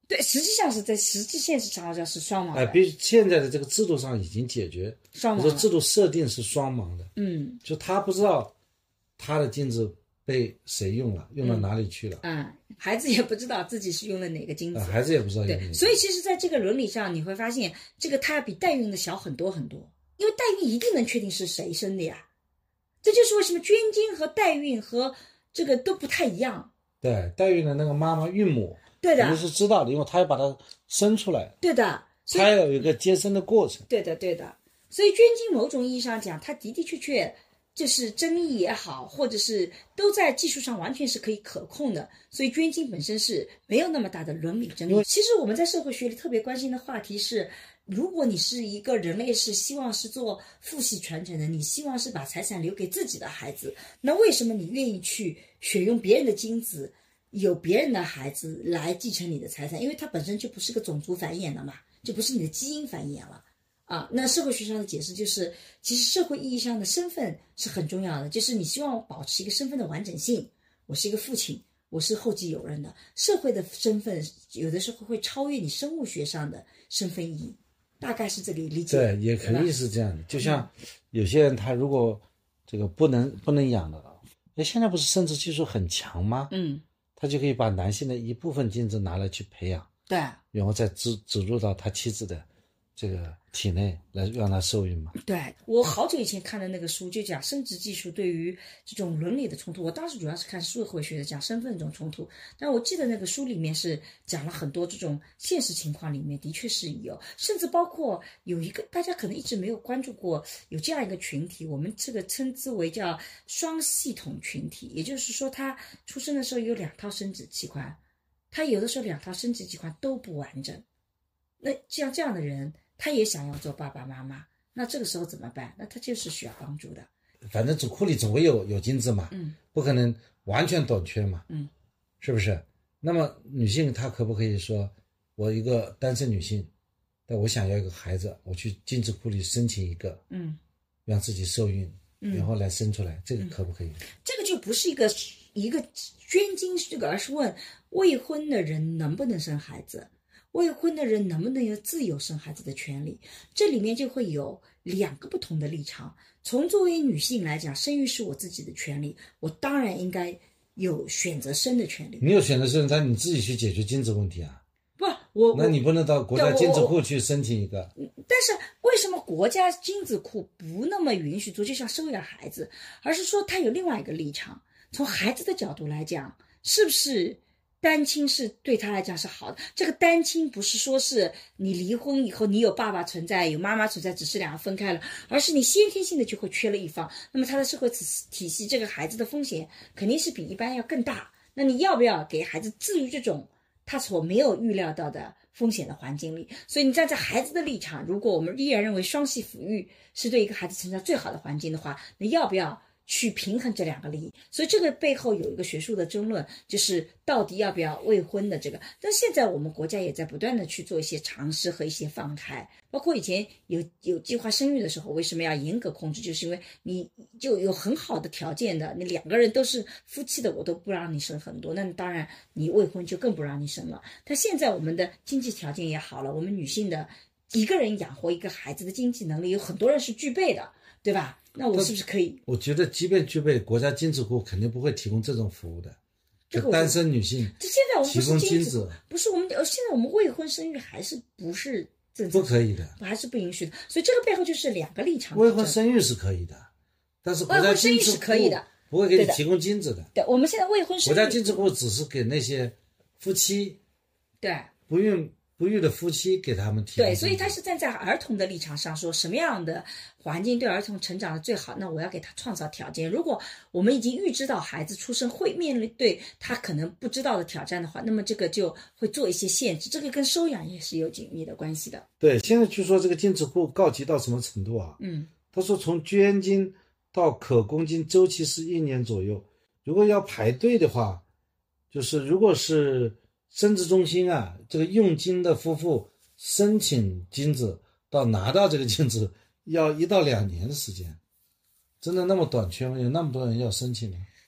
对，实际上是在实际现实情况下是双盲的。 哎、呃，比如现在的这个制度上已经解决， 双盲说制度设定是双盲的， 嗯， 就他不知道他的精子被谁用了，用到哪里去了， 嗯，孩子也不知道自己是用了哪个精子， 呃、孩子也不知道用哪个。 对，所以其实在这个伦理上，你会发现这个它要比代孕的小很多很多，因为代孕一定能确定是谁生的呀。这就是为什么捐精和代孕和这个都不太一样。 对，代孕的那个妈妈孕母， 对的， 肯定是知道的，因为她要把它生出来， 对的， 她要有一个接生的过程。 对的，对的。所以捐精某种意义上讲，它的的确确就是争议也好，或者是都在技术上完全是可以可控的。所以捐精本身是没有那么大的伦理争议。其实我们在社会学里特别关心的话题是，如果你是一个人类是希望是做父系传承的，你希望是把财产留给自己的孩子，那为什么你愿意去选用别人的精子，有别人的孩子来继承你的财产？因为它本身就不是个种族繁衍了嘛，就不是你的基因繁衍了啊。那社会学上的解释就是，其实社会意义上的身份是很重要的，就是你希望保持一个身份的完整性。我是一个父亲，我是后继有人的，社会的身份有的时候会超越你生物学上的身份意义。大概是这个理解。 对，也肯定是这样的。就像有些人他如果这个不能不能养的，哎，现在不是生殖技术很强吗？ 嗯， 他就可以把男性的一部分精子拿来去培养， 对， 然后再植植入到他妻子的这个体内来让他受孕嘛。 对，我好久以前看的那个书就讲生殖技术对于这种伦理的冲突，我当时主要是看社会学的，讲身份这种冲突。但我记得那个书里面是讲了很多这种现实情况里面的确是有，甚至包括有一个大家可能一直没有关注过，有这样一个群体，我们这个称之为叫双系统群体，也就是说他出生的时候有两套生殖器官，他有的时候两套生殖器官都不完整。那像这样的人他也想要做爸爸妈妈，那这个时候怎么办？那他就是需要帮助的。 反正总库里总会有有精子嘛， 嗯， 不可能完全短缺嘛， 嗯， 是不是？那么女性她可不可以说，我一个单身女性，但我想要一个孩子，我去精子库里申请一个， 嗯， 让自己受孕， 嗯， 然后来生出来，这个可不可以？ 这个就不是一个一个捐精这个，而是问未婚的人能不能生孩子。未婚的人能不能有自由生孩子的权利？这里面就会有两个不同的立场。从作为女性来讲，生育是我自己的权利，我当然应该有选择生的权利。 你有选择生，但你自己去解决精子问题啊。 不，我那你不能到国家精子库去申请一个。 但是为什么国家精子库不那么允许做，就像收养孩子，而是说它有另外一个立场。从孩子的角度来讲，是不是单亲是对他来讲是好的？这个单亲不是说是你离婚以后你有爸爸存在有妈妈存在，只是两个分开了，而是你先天性的就会缺了一方，那么他的社会体系这个孩子的风险肯定是比一般要更大。那你要不要给孩子置于这种他所没有预料到的风险的环境里？所以你站在孩子的立场，如果我们依然认为双系抚育是对一个孩子成长最好的环境的话，那要不要去平衡这两个利益？所以这个背后有一个学术的争论，就是到底要不要未婚的这个。但现在我们国家也在不断的去做一些尝试和一些放开，包括以前有有计划生育的时候，为什么要严格控制？就是因为你就有很好的条件的，你两个人都是夫妻的，我都不让你生很多，那当然你未婚就更不让你生了。但现在我们的经济条件也好了，我们女性的一个人养活一个孩子的经济能力，有很多人是具备的，对吧？那我是不是可以？ 我觉得即便具备，国家精子库肯定不会提供这种服务的。 这个单身女性这现在我们不提供是精子， 不是我们现在我们未婚生育还是不是政策不可以的， 还是不允许的。所以这个背后就是两个立场。 未婚生育是可以的，但是国家精子库是可以的， 不会给你提供精子的。 对，我们现在未婚生育， 国家精子库只是给那些夫妻， 对， 不孕不育的夫妻给他们提供。 对，所以他是站在儿童的立场上说，什么样的环境对儿童成长的最好，那我要给他创造条件。如果我们已经预知到孩子出生会面临对他可能不知道的挑战的话，那么这个就会做一些限制，这个跟收养也是有紧密的关系的。 对，现在据说这个精子库告急到什么程度啊？ 嗯， 他说从捐精到可供精周期是一年左右，如果要排队的话，就是如果是生殖中心啊，这个用精的夫妇申请精子到拿到这个精子要一到两年的时间，真的那么短缺吗？有那么多人要申请吗？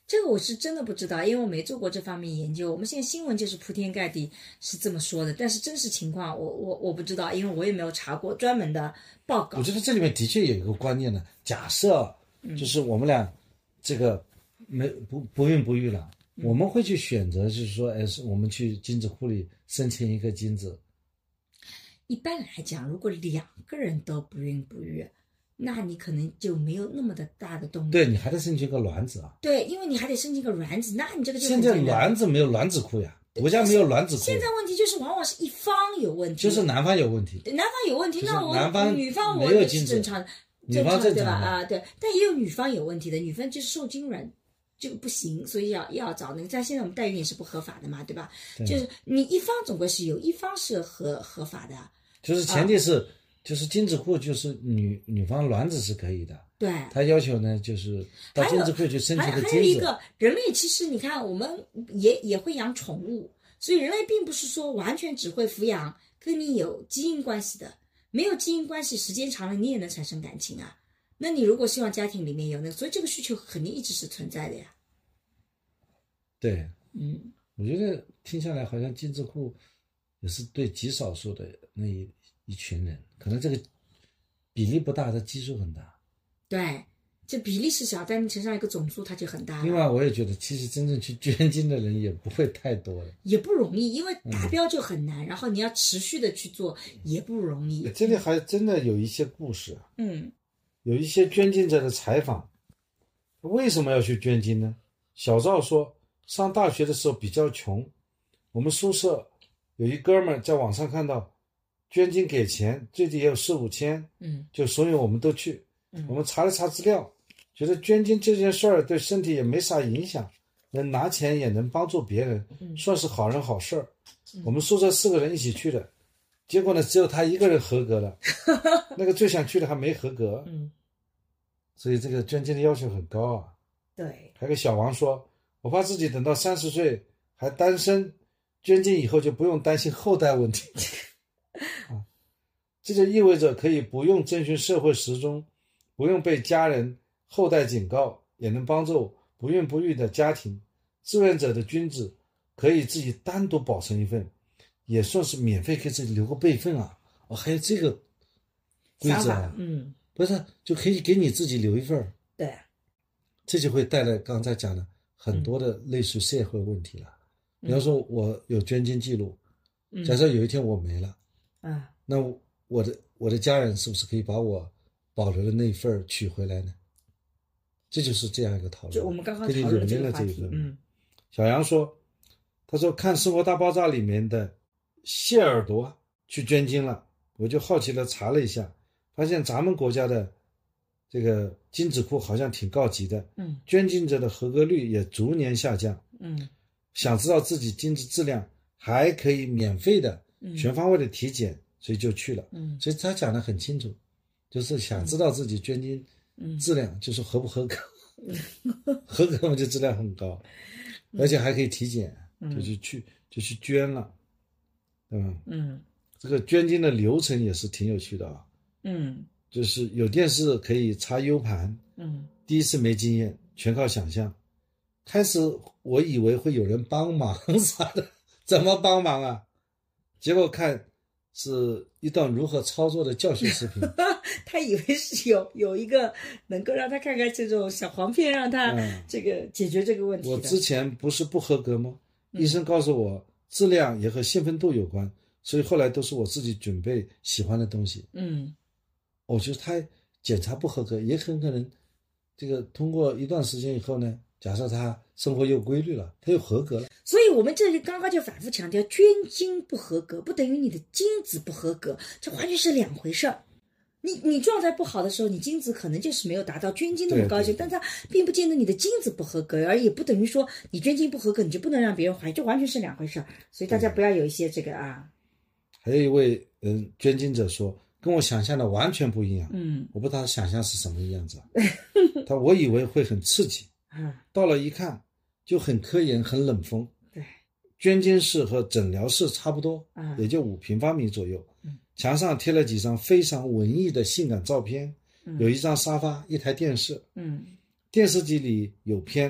这个我是真的不知道，因为我没做过这方面研究。我们现在新闻就是铺天盖地是这么说的，但是真实情况我我我不知道，因为我也没有查过专门的报告。 我觉得这里面的确有一个观念呢，假设就是我们俩这个没不不孕不育了，嗯、我们会去选择，就是说，哎，我们去精子库里申请一个精子。 一般来讲，如果两个人都不孕不育，那你可能就没有那么的大的动力。 对，你还得申请个卵子啊。 对，因为你还得申请个卵子，那你这个就现在卵子没有卵子库呀，国家没有卵子库。 现在问题就是往往是一方有问题， 就是男方有问题。 男方有问题， 就是、 那我男方女方我也是正常的， 女方正常对吧？啊，对，但也有女方有问题的，女方就是受精卵这个不行，所以要要找那个。在现在我们代孕也是不合法的嘛，对吧？对，就是你一方总归是有一方是合合法的。 就是前提是，啊、就是精子库就是女女方卵子是可以的， 对， 他要求呢就是到精子库去申请个精子。 还有一个人类其实你看我们也也会养宠物，所以人类并不是说完全只会抚养跟你有基因关系的，没有基因关系时间长了你也能产生感情啊。那你如果希望家庭里面有那个，所以这个需求肯定一直是存在的呀。 对， 嗯， 我觉得听下来好像精子库也是对极少数的那一一群人，可能这个比例不大，它基数很大。 对，这比例是小，但你乘上一个总数，它就很大了。 另外，我也觉得其实真正去捐精的人也不会太多了， 也不容易，因为达标就很难，嗯、然后你要持续的去做也不容易。 这里还真的有一些故事， 嗯， 有一些捐精者的采访，为什么要去捐精呢？小赵说，上大学的时候比较穷，我们宿舍有一哥们儿在网上看到捐精给钱，最低也有四五千， 嗯， 就所以我们都去。 嗯、 我们查了查资料，觉得捐精这件事儿对身体也没啥影响，能拿钱也能帮助别人， 嗯、 算是好人好事儿。 嗯、 我们宿舍四个人一起去的，结果呢，只有他一个人合格了，那个最想去的还没合格。 嗯， 所以这个捐精的要求很高啊。 对， 还有个小王说，我怕自己等到三十岁还单身，捐精以后就不用担心后代问题。啊，这就意味着可以不用遵循社会时钟，不用被家人后代警告，也能帮助不孕不育的家庭。志愿者的君子可以自己单独保存一份，也算是免费给自己留个备份啊。哦，还有这个规则啊， 嗯， 不是就可以给你自己留一份。 对， 这就会带来刚才讲的很多的类似社会问题了。 嗯、 比方说我有捐精记录， 嗯、 假设有一天我没了， 啊， 那我的我的家人是不是可以把我保留的那份取回来呢？这就是这样一个讨论。 就我们刚刚讨论这个话题。嗯， 小杨说，他说看《生活大爆炸》里面的谢耳朵去捐精了，我就好奇的查了一下，发现咱们国家的这个精子库好像挺高级的， 嗯， 捐精者的合格率也逐年下降。 嗯， 想知道自己精子质量，还可以免费的、全方位的体检。嗯，所以就去了， 嗯， 所以他讲得很清楚，就是想知道自己捐精质量，嗯、就是合不合格，嗯、合格嘛就质量很高，嗯、而且还可以体检， 嗯、 就去去就去捐了，对吧？ 嗯， 这个捐精的流程也是挺有趣的啊， 嗯， 就是有电视可以插 U 盘， 嗯， 第一次没经验，全靠想象，开始我以为会有人帮忙啥的，怎么帮忙啊？结果看。是一段如何操作的教学视频。 他以为是有有一个能够让他看看这种小黄片，让他这个解决这个问题的。 我之前不是不合格吗？嗯、医生告诉我质量也和兴奋度有关，所以后来都是我自己准备喜欢的东西。 嗯， 我觉得他检查不合格，也很可能这个通过一段时间以后呢，假设他生活有规律了，他又合格了。 所以我们这里刚刚就反复强调，捐精不合格不等于你的精子不合格，这完全是两回事儿。你你状态不好的时候，你精子可能就是没有达到捐精那么高级，但它并不见得你的精子不合格，而也不等于说你捐精不合格你就不能让别人怀孕，这完全是两回事儿。所以大家不要有一些这个啊。 还有一位嗯捐精者说，跟我想象的完全不一样。 嗯， 我不知道他想象是什么样子。他我以为会很刺激，到了一看就很科研很冷风。 对， 捐精室和诊疗室差不多， 嗯、 也就五平方米左右。 嗯， 墙上贴了几张非常文艺的性感照片， 嗯、 有一张沙发，一台电视。 嗯， 电视机里有片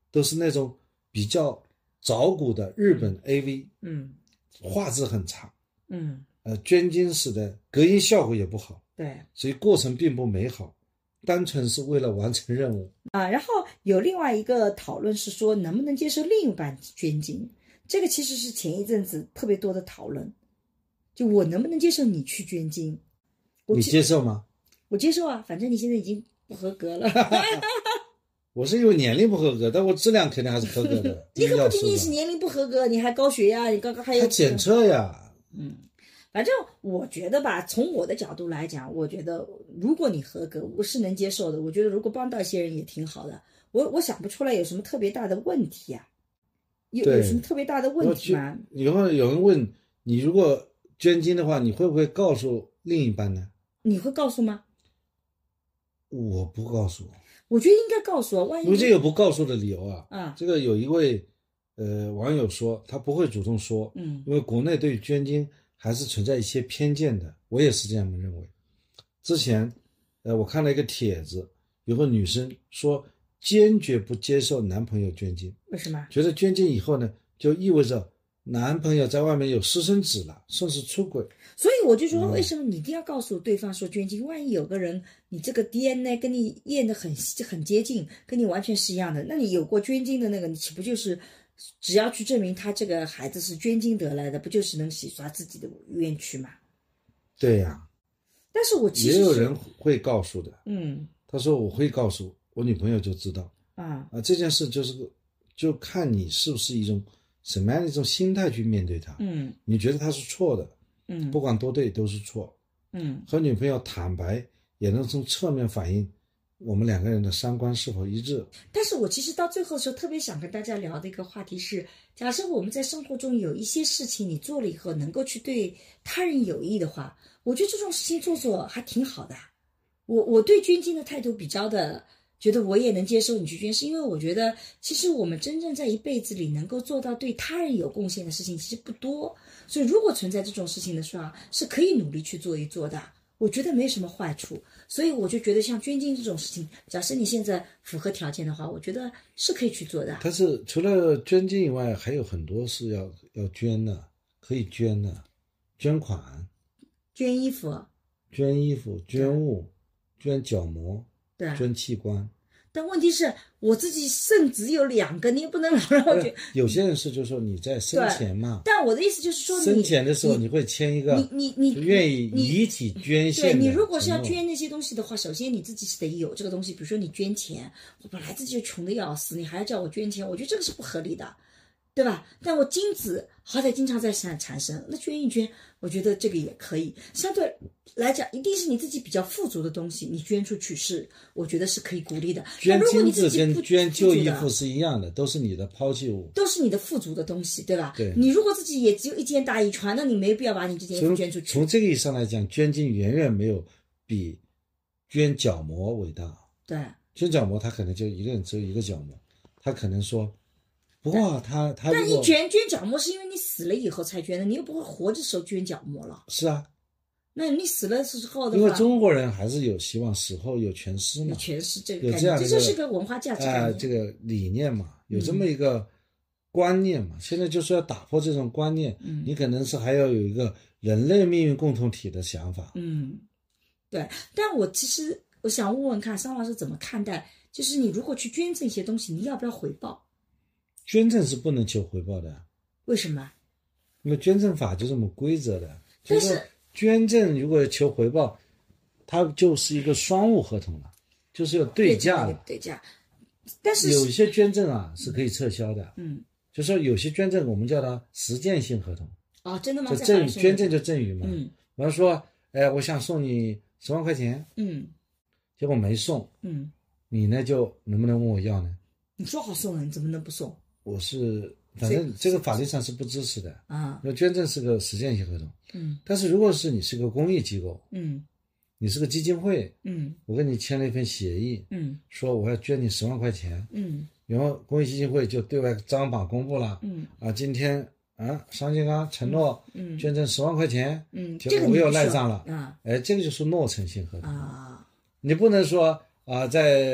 都是那种比较早古的日本 A V， 嗯， 画质很差， 嗯， 呃，捐精使的隔音效果也不好， 对， 所以过程并不美好，单纯是为了完成任务啊。然后有另外一个讨论是说，能不能接受另一半捐精？这个其实是前一阵子特别多的讨论，就我能不能接受你去捐精？ 你接受吗？ 我接受啊，反正你现在已经不合格了。 我是因为年龄不合格，但我质量肯定还是合格的。 你可不仅仅是年龄不合格，你还高血压，你刚刚还有还检测呀。 嗯，反正我觉得吧，从我的角度来讲，我觉得如果你合格，我是能接受的。我觉得如果帮到一些人也挺好的。我我想不出来有什么特别大的问题啊，有有什么特别大的问题吗？ 以后有人问你，如果捐精的话，你会不会告诉另一半呢？ 你会告诉吗？ 我不告诉。 我觉得应该告诉啊，万一因为这有不告诉的理由啊。 啊， 这个有一位呃网友说，他不会主动说， 嗯， 因为国内对捐精还是存在一些偏见的，我也是这样认为。之前呃我看了一个帖子，有个女生说坚决不接受男朋友捐精， 为什么？ 觉得捐精以后呢，就意味着男朋友在外面有私生子了，甚至出轨。 所以我就说，为什么你一定要告诉对方说捐精？万一有个人，你这个 D N A 跟你验的很很接近，跟你完全是一样的，那你有过捐精的那个，你岂不就是只要去证明他这个孩子是捐精得来的，不就是能洗刷自己的冤屈吗？ 对呀、啊， 但是我其实也有人会告诉的。 嗯， 他说我会告诉我女朋友就知道啊啊，这件事就是就看你是不是一种什么样的一种心态去面对它。 嗯， 你觉得他是错的， 嗯， 不管多对都是错。 嗯， 和女朋友坦白也能从侧面反映我们两个人的三观是否一致。 但是我其实到最后的时候特别想跟大家聊的一个话题是，假设我们在生活中有一些事情你做了以后能够去对他人有益的话，我觉得这种事情做做还挺好的。我我对捐精的态度比较的觉得我也能接受你去捐，是因为我觉得其实我们真正在一辈子里能够做到对他人有贡献的事情其实不多，所以如果存在这种事情的时候是可以努力去做一做的，我觉得没什么坏处。所以我就觉得像捐精这种事情，假设你现在符合条件的话，我觉得是可以去做的。 但是除了捐精以外，还有很多是要要捐的，可以捐的，捐款、 捐衣服、 捐衣服、捐物、捐角膜、 对， 捐器官。 但问题是我自己肾只有两个，你也不能老让我捐。 有些人是就是说你在生前嘛， 但我的意思就是说你， 生前的时候你会签一个， 你你你就愿意遗体捐献的。 对，你如果是要捐那些东西的话，首先你自己是得有这个东西。比如说你捐钱，我本来自己就穷的要死，你还要叫我捐钱，我觉得这个是不合理的，对吧？但我精子好歹经常在产产生，那捐一捐，我觉得这个也可以。相对来讲，一定是你自己比较富足的东西，你捐出去是，我觉得是可以鼓励的。 捐精子跟捐旧衣服是一样的，都是你的抛弃物， 都是你的富足的东西，对吧？ 对。 你如果自己也只有一件大衣穿，那你没必要把你这件衣服捐出去。 从这个意义上来讲，捐精远远没有比捐角膜伟大。 对。 捐角膜他可能就一个人只有一个角膜，他可能说。不过他他但你捐捐角膜是因为你死了以后才捐的，你又不会活着时候捐角膜了。 是啊， 那你死了之后的话， 因为中国人还是有希望死后有全尸嘛， 有全尸这个有这样这就是个文化价值概念、 呃、这个理念嘛，有这么一个观念嘛。嗯、现在就是要打破这种观念， 嗯， 你可能是还要有一个人类命运共同体的想法。 嗯，对。但我其实我想问问看，桑老师怎么看待，就是你如果去捐这些东西，你要不要回报？ 捐赠是不能求回报的。 为什么？ 因为捐赠法就这么规则的。 但是捐赠如果求回报，它就是一个双务合同了，就是有对价的。 对价。但是有些捐赠啊是可以撤销的。 嗯。 就说有些捐赠我们叫它实践性合同。 哦，真的吗？ 就赠捐赠就赠与嘛。 嗯。 比方说，哎，我想送你十万块钱。 嗯。 结果没送。 嗯。 你呢就能不能问我要呢？ 你说好送了，你怎么能不送？ 我是反正这个法律上是不支持的啊。 因为捐赠是个实践性合同。 嗯。 但是如果是你是个公益机构， 嗯， 你是个基金会， 嗯， 我跟你签了一份协议， 嗯， 说我要捐你十万块钱， 嗯， 然后公益基金会就对外张榜公布了， 嗯， 啊，今天啊，商建刚承诺， 嗯， 捐赠十万块钱， 嗯， 结果我有赖账了， 啊， 哎，这个就是诺成性合同啊， 你不能说啊，在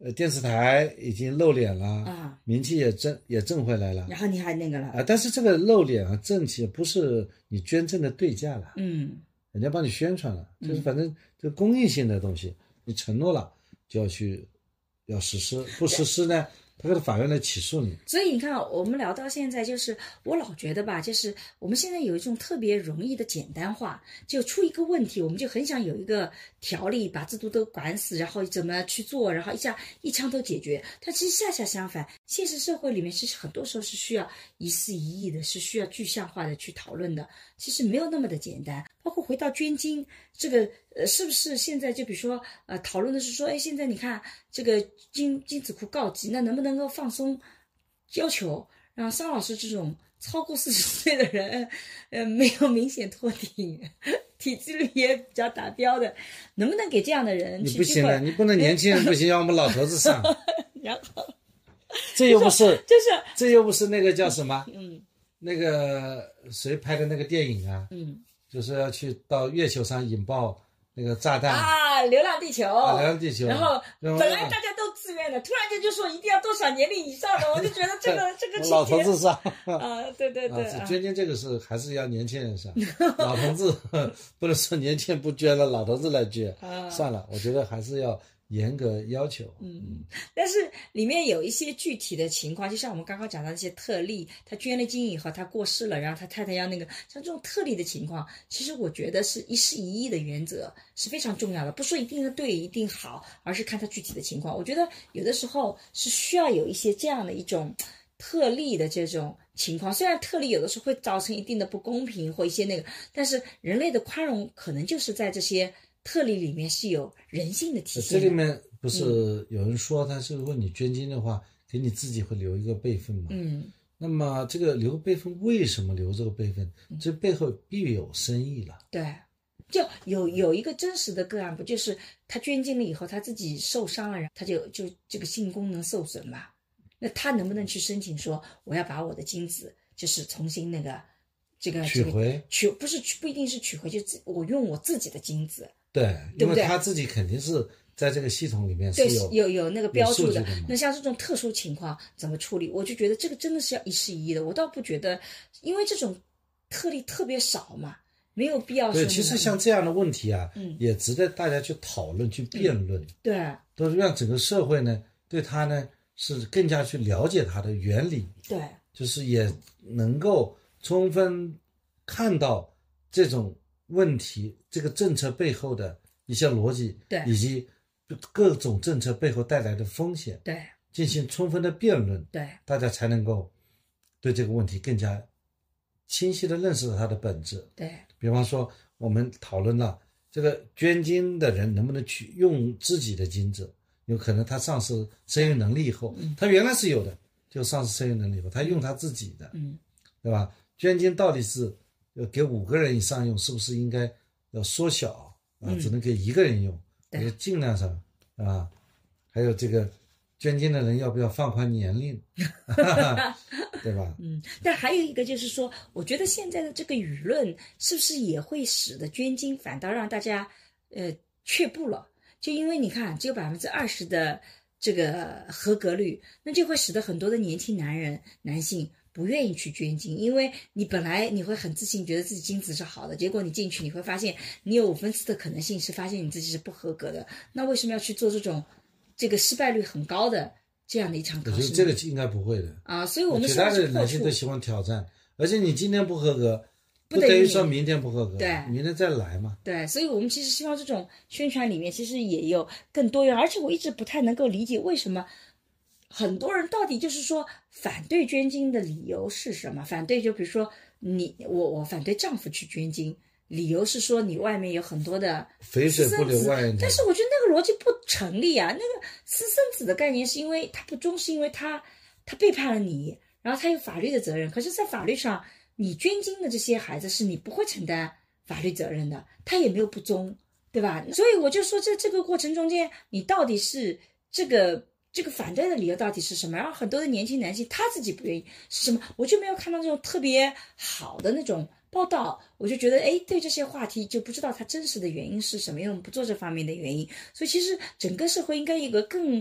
呃电视台已经露脸了啊， 名气也挣也挣回来了， 然后你还那个了啊，但是这个露脸啊挣钱不是你捐赠的对价了， 嗯， 人家帮你宣传了，就是反正这个公益性的东西，你承诺了就要去要实施，不实施呢，他跟法院来起诉你。 所以你看，我们聊到现在，就是我老觉得吧，就是我们现在有一种特别容易的简单化，就出一个问题，我们就很想有一个条例把制度都管死，然后怎么去做，然后一下一枪都解决。但其实恰恰相反，现实社会里面其实很多时候是需要一事一议的，是需要具象化的去讨论的，其实没有那么的简单。包括回到捐精这个，呃，是不是现在就比如说，呃，讨论的是说，哎，现在你看这个精精子库告急，那能不能够放松要求，让桑老师这种超过四十岁的人，呃，没有明显脱体，体脂率也比较达标的，能不能给这样的人去？ 你不行了，你不能年轻人不行，要我们老头子上。 然后， 这又不是， 就是这又不是那个叫什么？ 嗯， 那个谁拍的那个电影啊？ 嗯， 就是要去到月球上引爆那个炸弹啊，流浪地球， 啊，流浪地球。 然后本来大家都自愿的，突然间就说一定要多少年龄以上的，我就觉得这个这个情节老头子上啊，对对对， 啊，捐精这个是还是要年轻人上，老头子不能说年轻人不捐了，老头子来捐， 啊、 算了，我觉得还是要严格要求。 嗯，但是里面有一些具体的情况，就像我们刚刚讲到那些特例，他捐了精以后他过世了，然后他太太要那个，像这种特例的情况，其实我觉得是一事一议的原则是非常重要的，不说一定对一定好，而是看他具体的情况。我觉得有的时候是需要有一些这样的一种特例的这种情况，虽然特例有的时候会造成一定的不公平或一些那个，但是人类的宽容可能就是在这些特例里面是有人性的体现的。 这里面不是有人说，他是如果你捐精的话，给你自己会留一个备份嘛？ 嗯， 那么这个留备份，为什么留这个备份？这背后必有深意了。 对，就有有一个真实的个案，不就是他捐精了以后，他自己受伤了，然后他就就这个性功能受损嘛？那他能不能去申请说，我要把我的精子就是重新那个这个取回？ 这个、取不是不一定是取回，就我用我自己的精子。 对， 对不对？ 因为他自己肯定是在这个系统里面是有对有有那个标注的, 的。那像这种特殊情况怎么处理？我就觉得这个真的是要一事一议的。我倒不觉得，因为这种特例特别少嘛，没有必要。 对，其实像这样的问题啊， 嗯， 也值得大家去讨论、去辩论。 嗯、对， 都是让整个社会呢，对他呢是更加去了解它的原理。 对， 就是也能够充分看到这种问题，这个政策背后的一些逻辑， 对， 以及各种政策背后带来的风险， 对， 进行充分的辩论， 对， 大家才能够对这个问题更加清晰的认识到它的本质。 对， 比方说我们讨论了这个捐精的人能不能去用自己的精子，有可能他丧失生育能力以后， 嗯， 他原来是有的，就丧失生育能力以后，他用他自己的， 嗯， 对吧？捐精到底是要给五个人以上用，是不是应该要缩小啊？ 嗯、 只能给一个人用， 对， 尽量上啊。还有这个捐精的人要不要放宽年龄，对吧？ 嗯，但还有一个就是说，我觉得现在的这个舆论是不是也会使得捐精反倒让大家呃却步了？就因为你看只有百分之二十的这个合格率，那就会使得很多的年轻男人、男性不愿意去捐精，因为你本来你会很自信，觉得自己精子是好的，结果你进去你会发现，你有五分之的可能性是发现你自己是不合格的，那为什么要去做这种这个失败率很高的这样的一场考试？ 我觉得这个应该不会的啊，所以我们其他的男性都喜欢挑战，而且你今天不合格，不等于说明天不合格， 对， 明天再来嘛。 对，所以我们其实希望这种宣传里面其实也有更多元，而且我一直不太能够理解为什么很多人到底就是说反对捐精的理由是什么？反对就比如说你我我反对丈夫去捐精，理由是说你外面有很多的肥水不流外人田， 但是我觉得那个逻辑不成立啊。那个私生子的概念是因为他不忠，是因为他他背叛了你，然后他有法律的责任。可是，在法律上，你捐精的这些孩子是你不会承担法律责任的，他也没有不忠，对吧？所以我就说，这这个过程中间，你到底是这个。这个反对的理由到底是什么？然后很多的年轻男性他自己不愿意是什么？我就没有看到这种特别好的那种报道，我就觉得哎，对这些话题就不知道它真实的原因是什么，因为我们不做这方面的原因，所以其实整个社会应该有一个更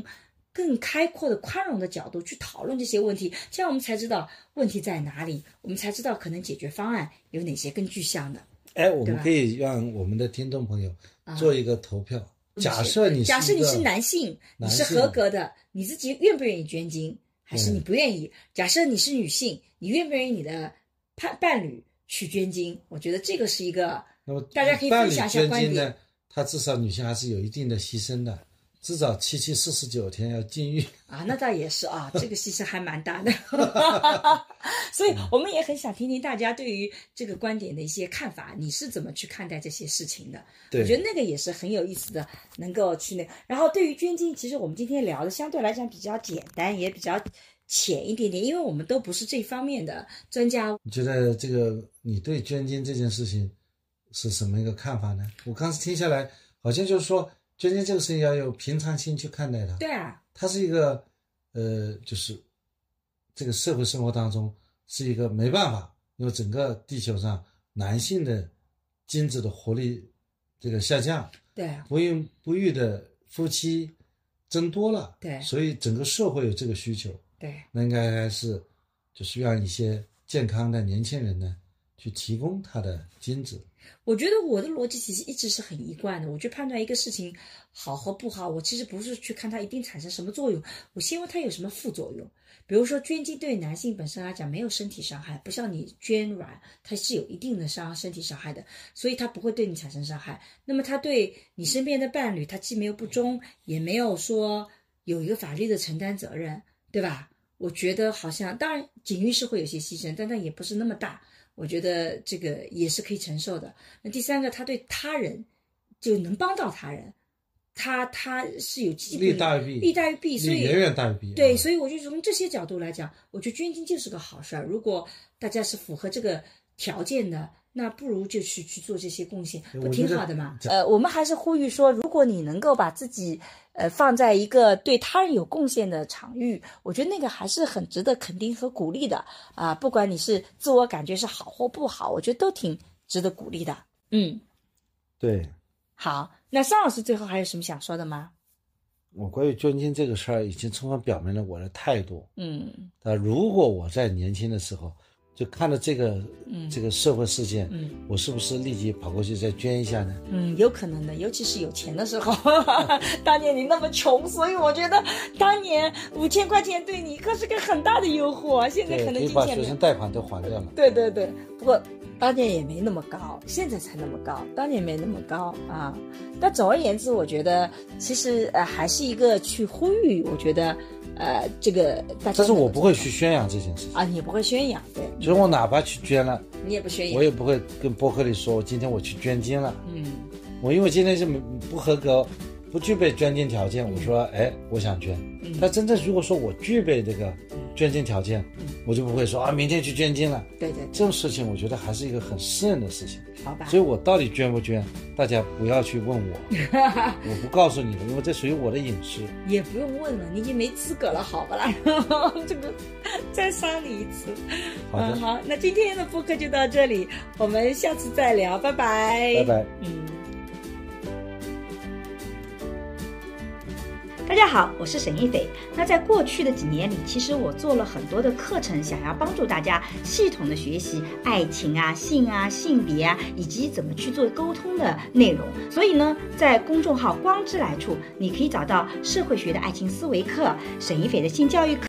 更开阔的宽容的角度去讨论这些问题，这样我们才知道问题在哪里，我们才知道可能解决方案有哪些更具象的。 哎，我们可以让我们的听众朋友做一个投票。啊、假设你是假设你是男性， 男性你是合格的，你自己愿不愿意捐精，还是你不愿意？嗯、假设你是女性，你愿不愿意你的伴伴侣去捐精？我觉得这个是一个， 那么大家可以分享一下观点。 呢，它至少女性还是有一定的牺牲的。至少七七四十九天要禁欲啊，那倒也是啊，这个牺牲还蛮大的，所以我们也很想听听大家对于这个观点的一些看法，你是怎么去看待这些事情的？我觉得那个也是很有意思的，能够去那。然后对于捐精，其实我们今天聊的相对来讲比较简单，也比较浅一点点，因为我们都不是这方面的专家。 你觉得这个你对捐精这件事情是什么一个看法呢？我刚才听下来，好像就是说。捐精这个事情要有平常心去看待它。 对啊， 它是一个，呃，就是这个社会生活当中是一个没办法，因为整个地球上男性的精子的活力这个下降， 对， 不孕不育的夫妻增多了， 对， 所以整个社会有这个需求， 对， 那应该还是就是让一些健康的年轻人呢去提供他的精子。 我觉得我的逻辑其实一直是很一贯的，我去判断一个事情好和不好，我其实不是去看它一定产生什么作用，我先问它有什么副作用。比如说捐精对男性本身来讲没有身体伤害，不像你捐卵它是有一定的伤身体伤害的，所以它不会对你产生伤害。那么它对你身边的伴侣，它既没有不忠，也没有说有一个法律的承担责任，对吧？我觉得好像当然禁欲是会有些牺牲，但它也不是那么大，我觉得这个也是可以承受的。那第三个，他对他人就能帮到他人，他他是有基本利大于弊， 利大于弊，所以远远大于弊。 对，所以我就从这些角度来讲，我觉得捐精就是个好事儿。如果大家是符合这个条件的，那不如就去去做这些贡献，不挺好的吗？呃，我们还是呼吁说，如果你能够把自己呃放在一个对他人有贡献的场域，我觉得那个还是很值得肯定和鼓励的啊。不管你是自我感觉是好或不好，我觉得都挺值得鼓励的。嗯， 对。 好，那尚老师最后还有什么想说的吗？ 我关于捐精这个事儿已经充分表明了我的态度。 嗯， 那如果我在年轻的时候就看到这个、嗯、这个社会事件，嗯，我是不是立即跑过去再捐一下呢？ 嗯，有可能的，尤其是有钱的时候。当年你那么穷，所以我觉得当年五千块钱对你可是个很大的诱惑。现在可能金钱可以把学生贷款都还掉了。 对对对，不过当年也没那么高，现在才那么高，当年没那么高啊。但总而言之，我觉得其实呃还是一个去呼吁，我觉得。呃，这个大家， 但是我不会去宣扬这件事情啊，你也不会宣扬，对， 就是我哪怕去捐了， 你也不宣扬， 我也不会跟博客里说，我今天我去捐精了， 嗯， 我因为今天是不合格，不具备捐精条件，我说，哎，我想捐，嗯，但真正如果说我具备这个捐精条件，嗯，我就不会说啊，明天去捐精了， 对对， 这种事情我觉得还是一个很私人的事情， 好吧， 所以我到底捐不捐，大家不要去问我，我不告诉你的，因为这属于我的隐私。 也不用问了，你已经没资格了，好吧啦，这个再伤你一次。 好的， 嗯，好，那今天的播客就到这里，我们下次再聊，拜拜， 拜拜， 嗯。 大家好，我是沈一斐。那在过去的几年里，其实我做了很多的课程，想要帮助大家系统的学习爱情啊、性啊、性别啊，以及怎么去做沟通的内容。所以呢，在公众号“光之来处”，你可以找到社会学的爱情思维课、沈一斐的性教育课。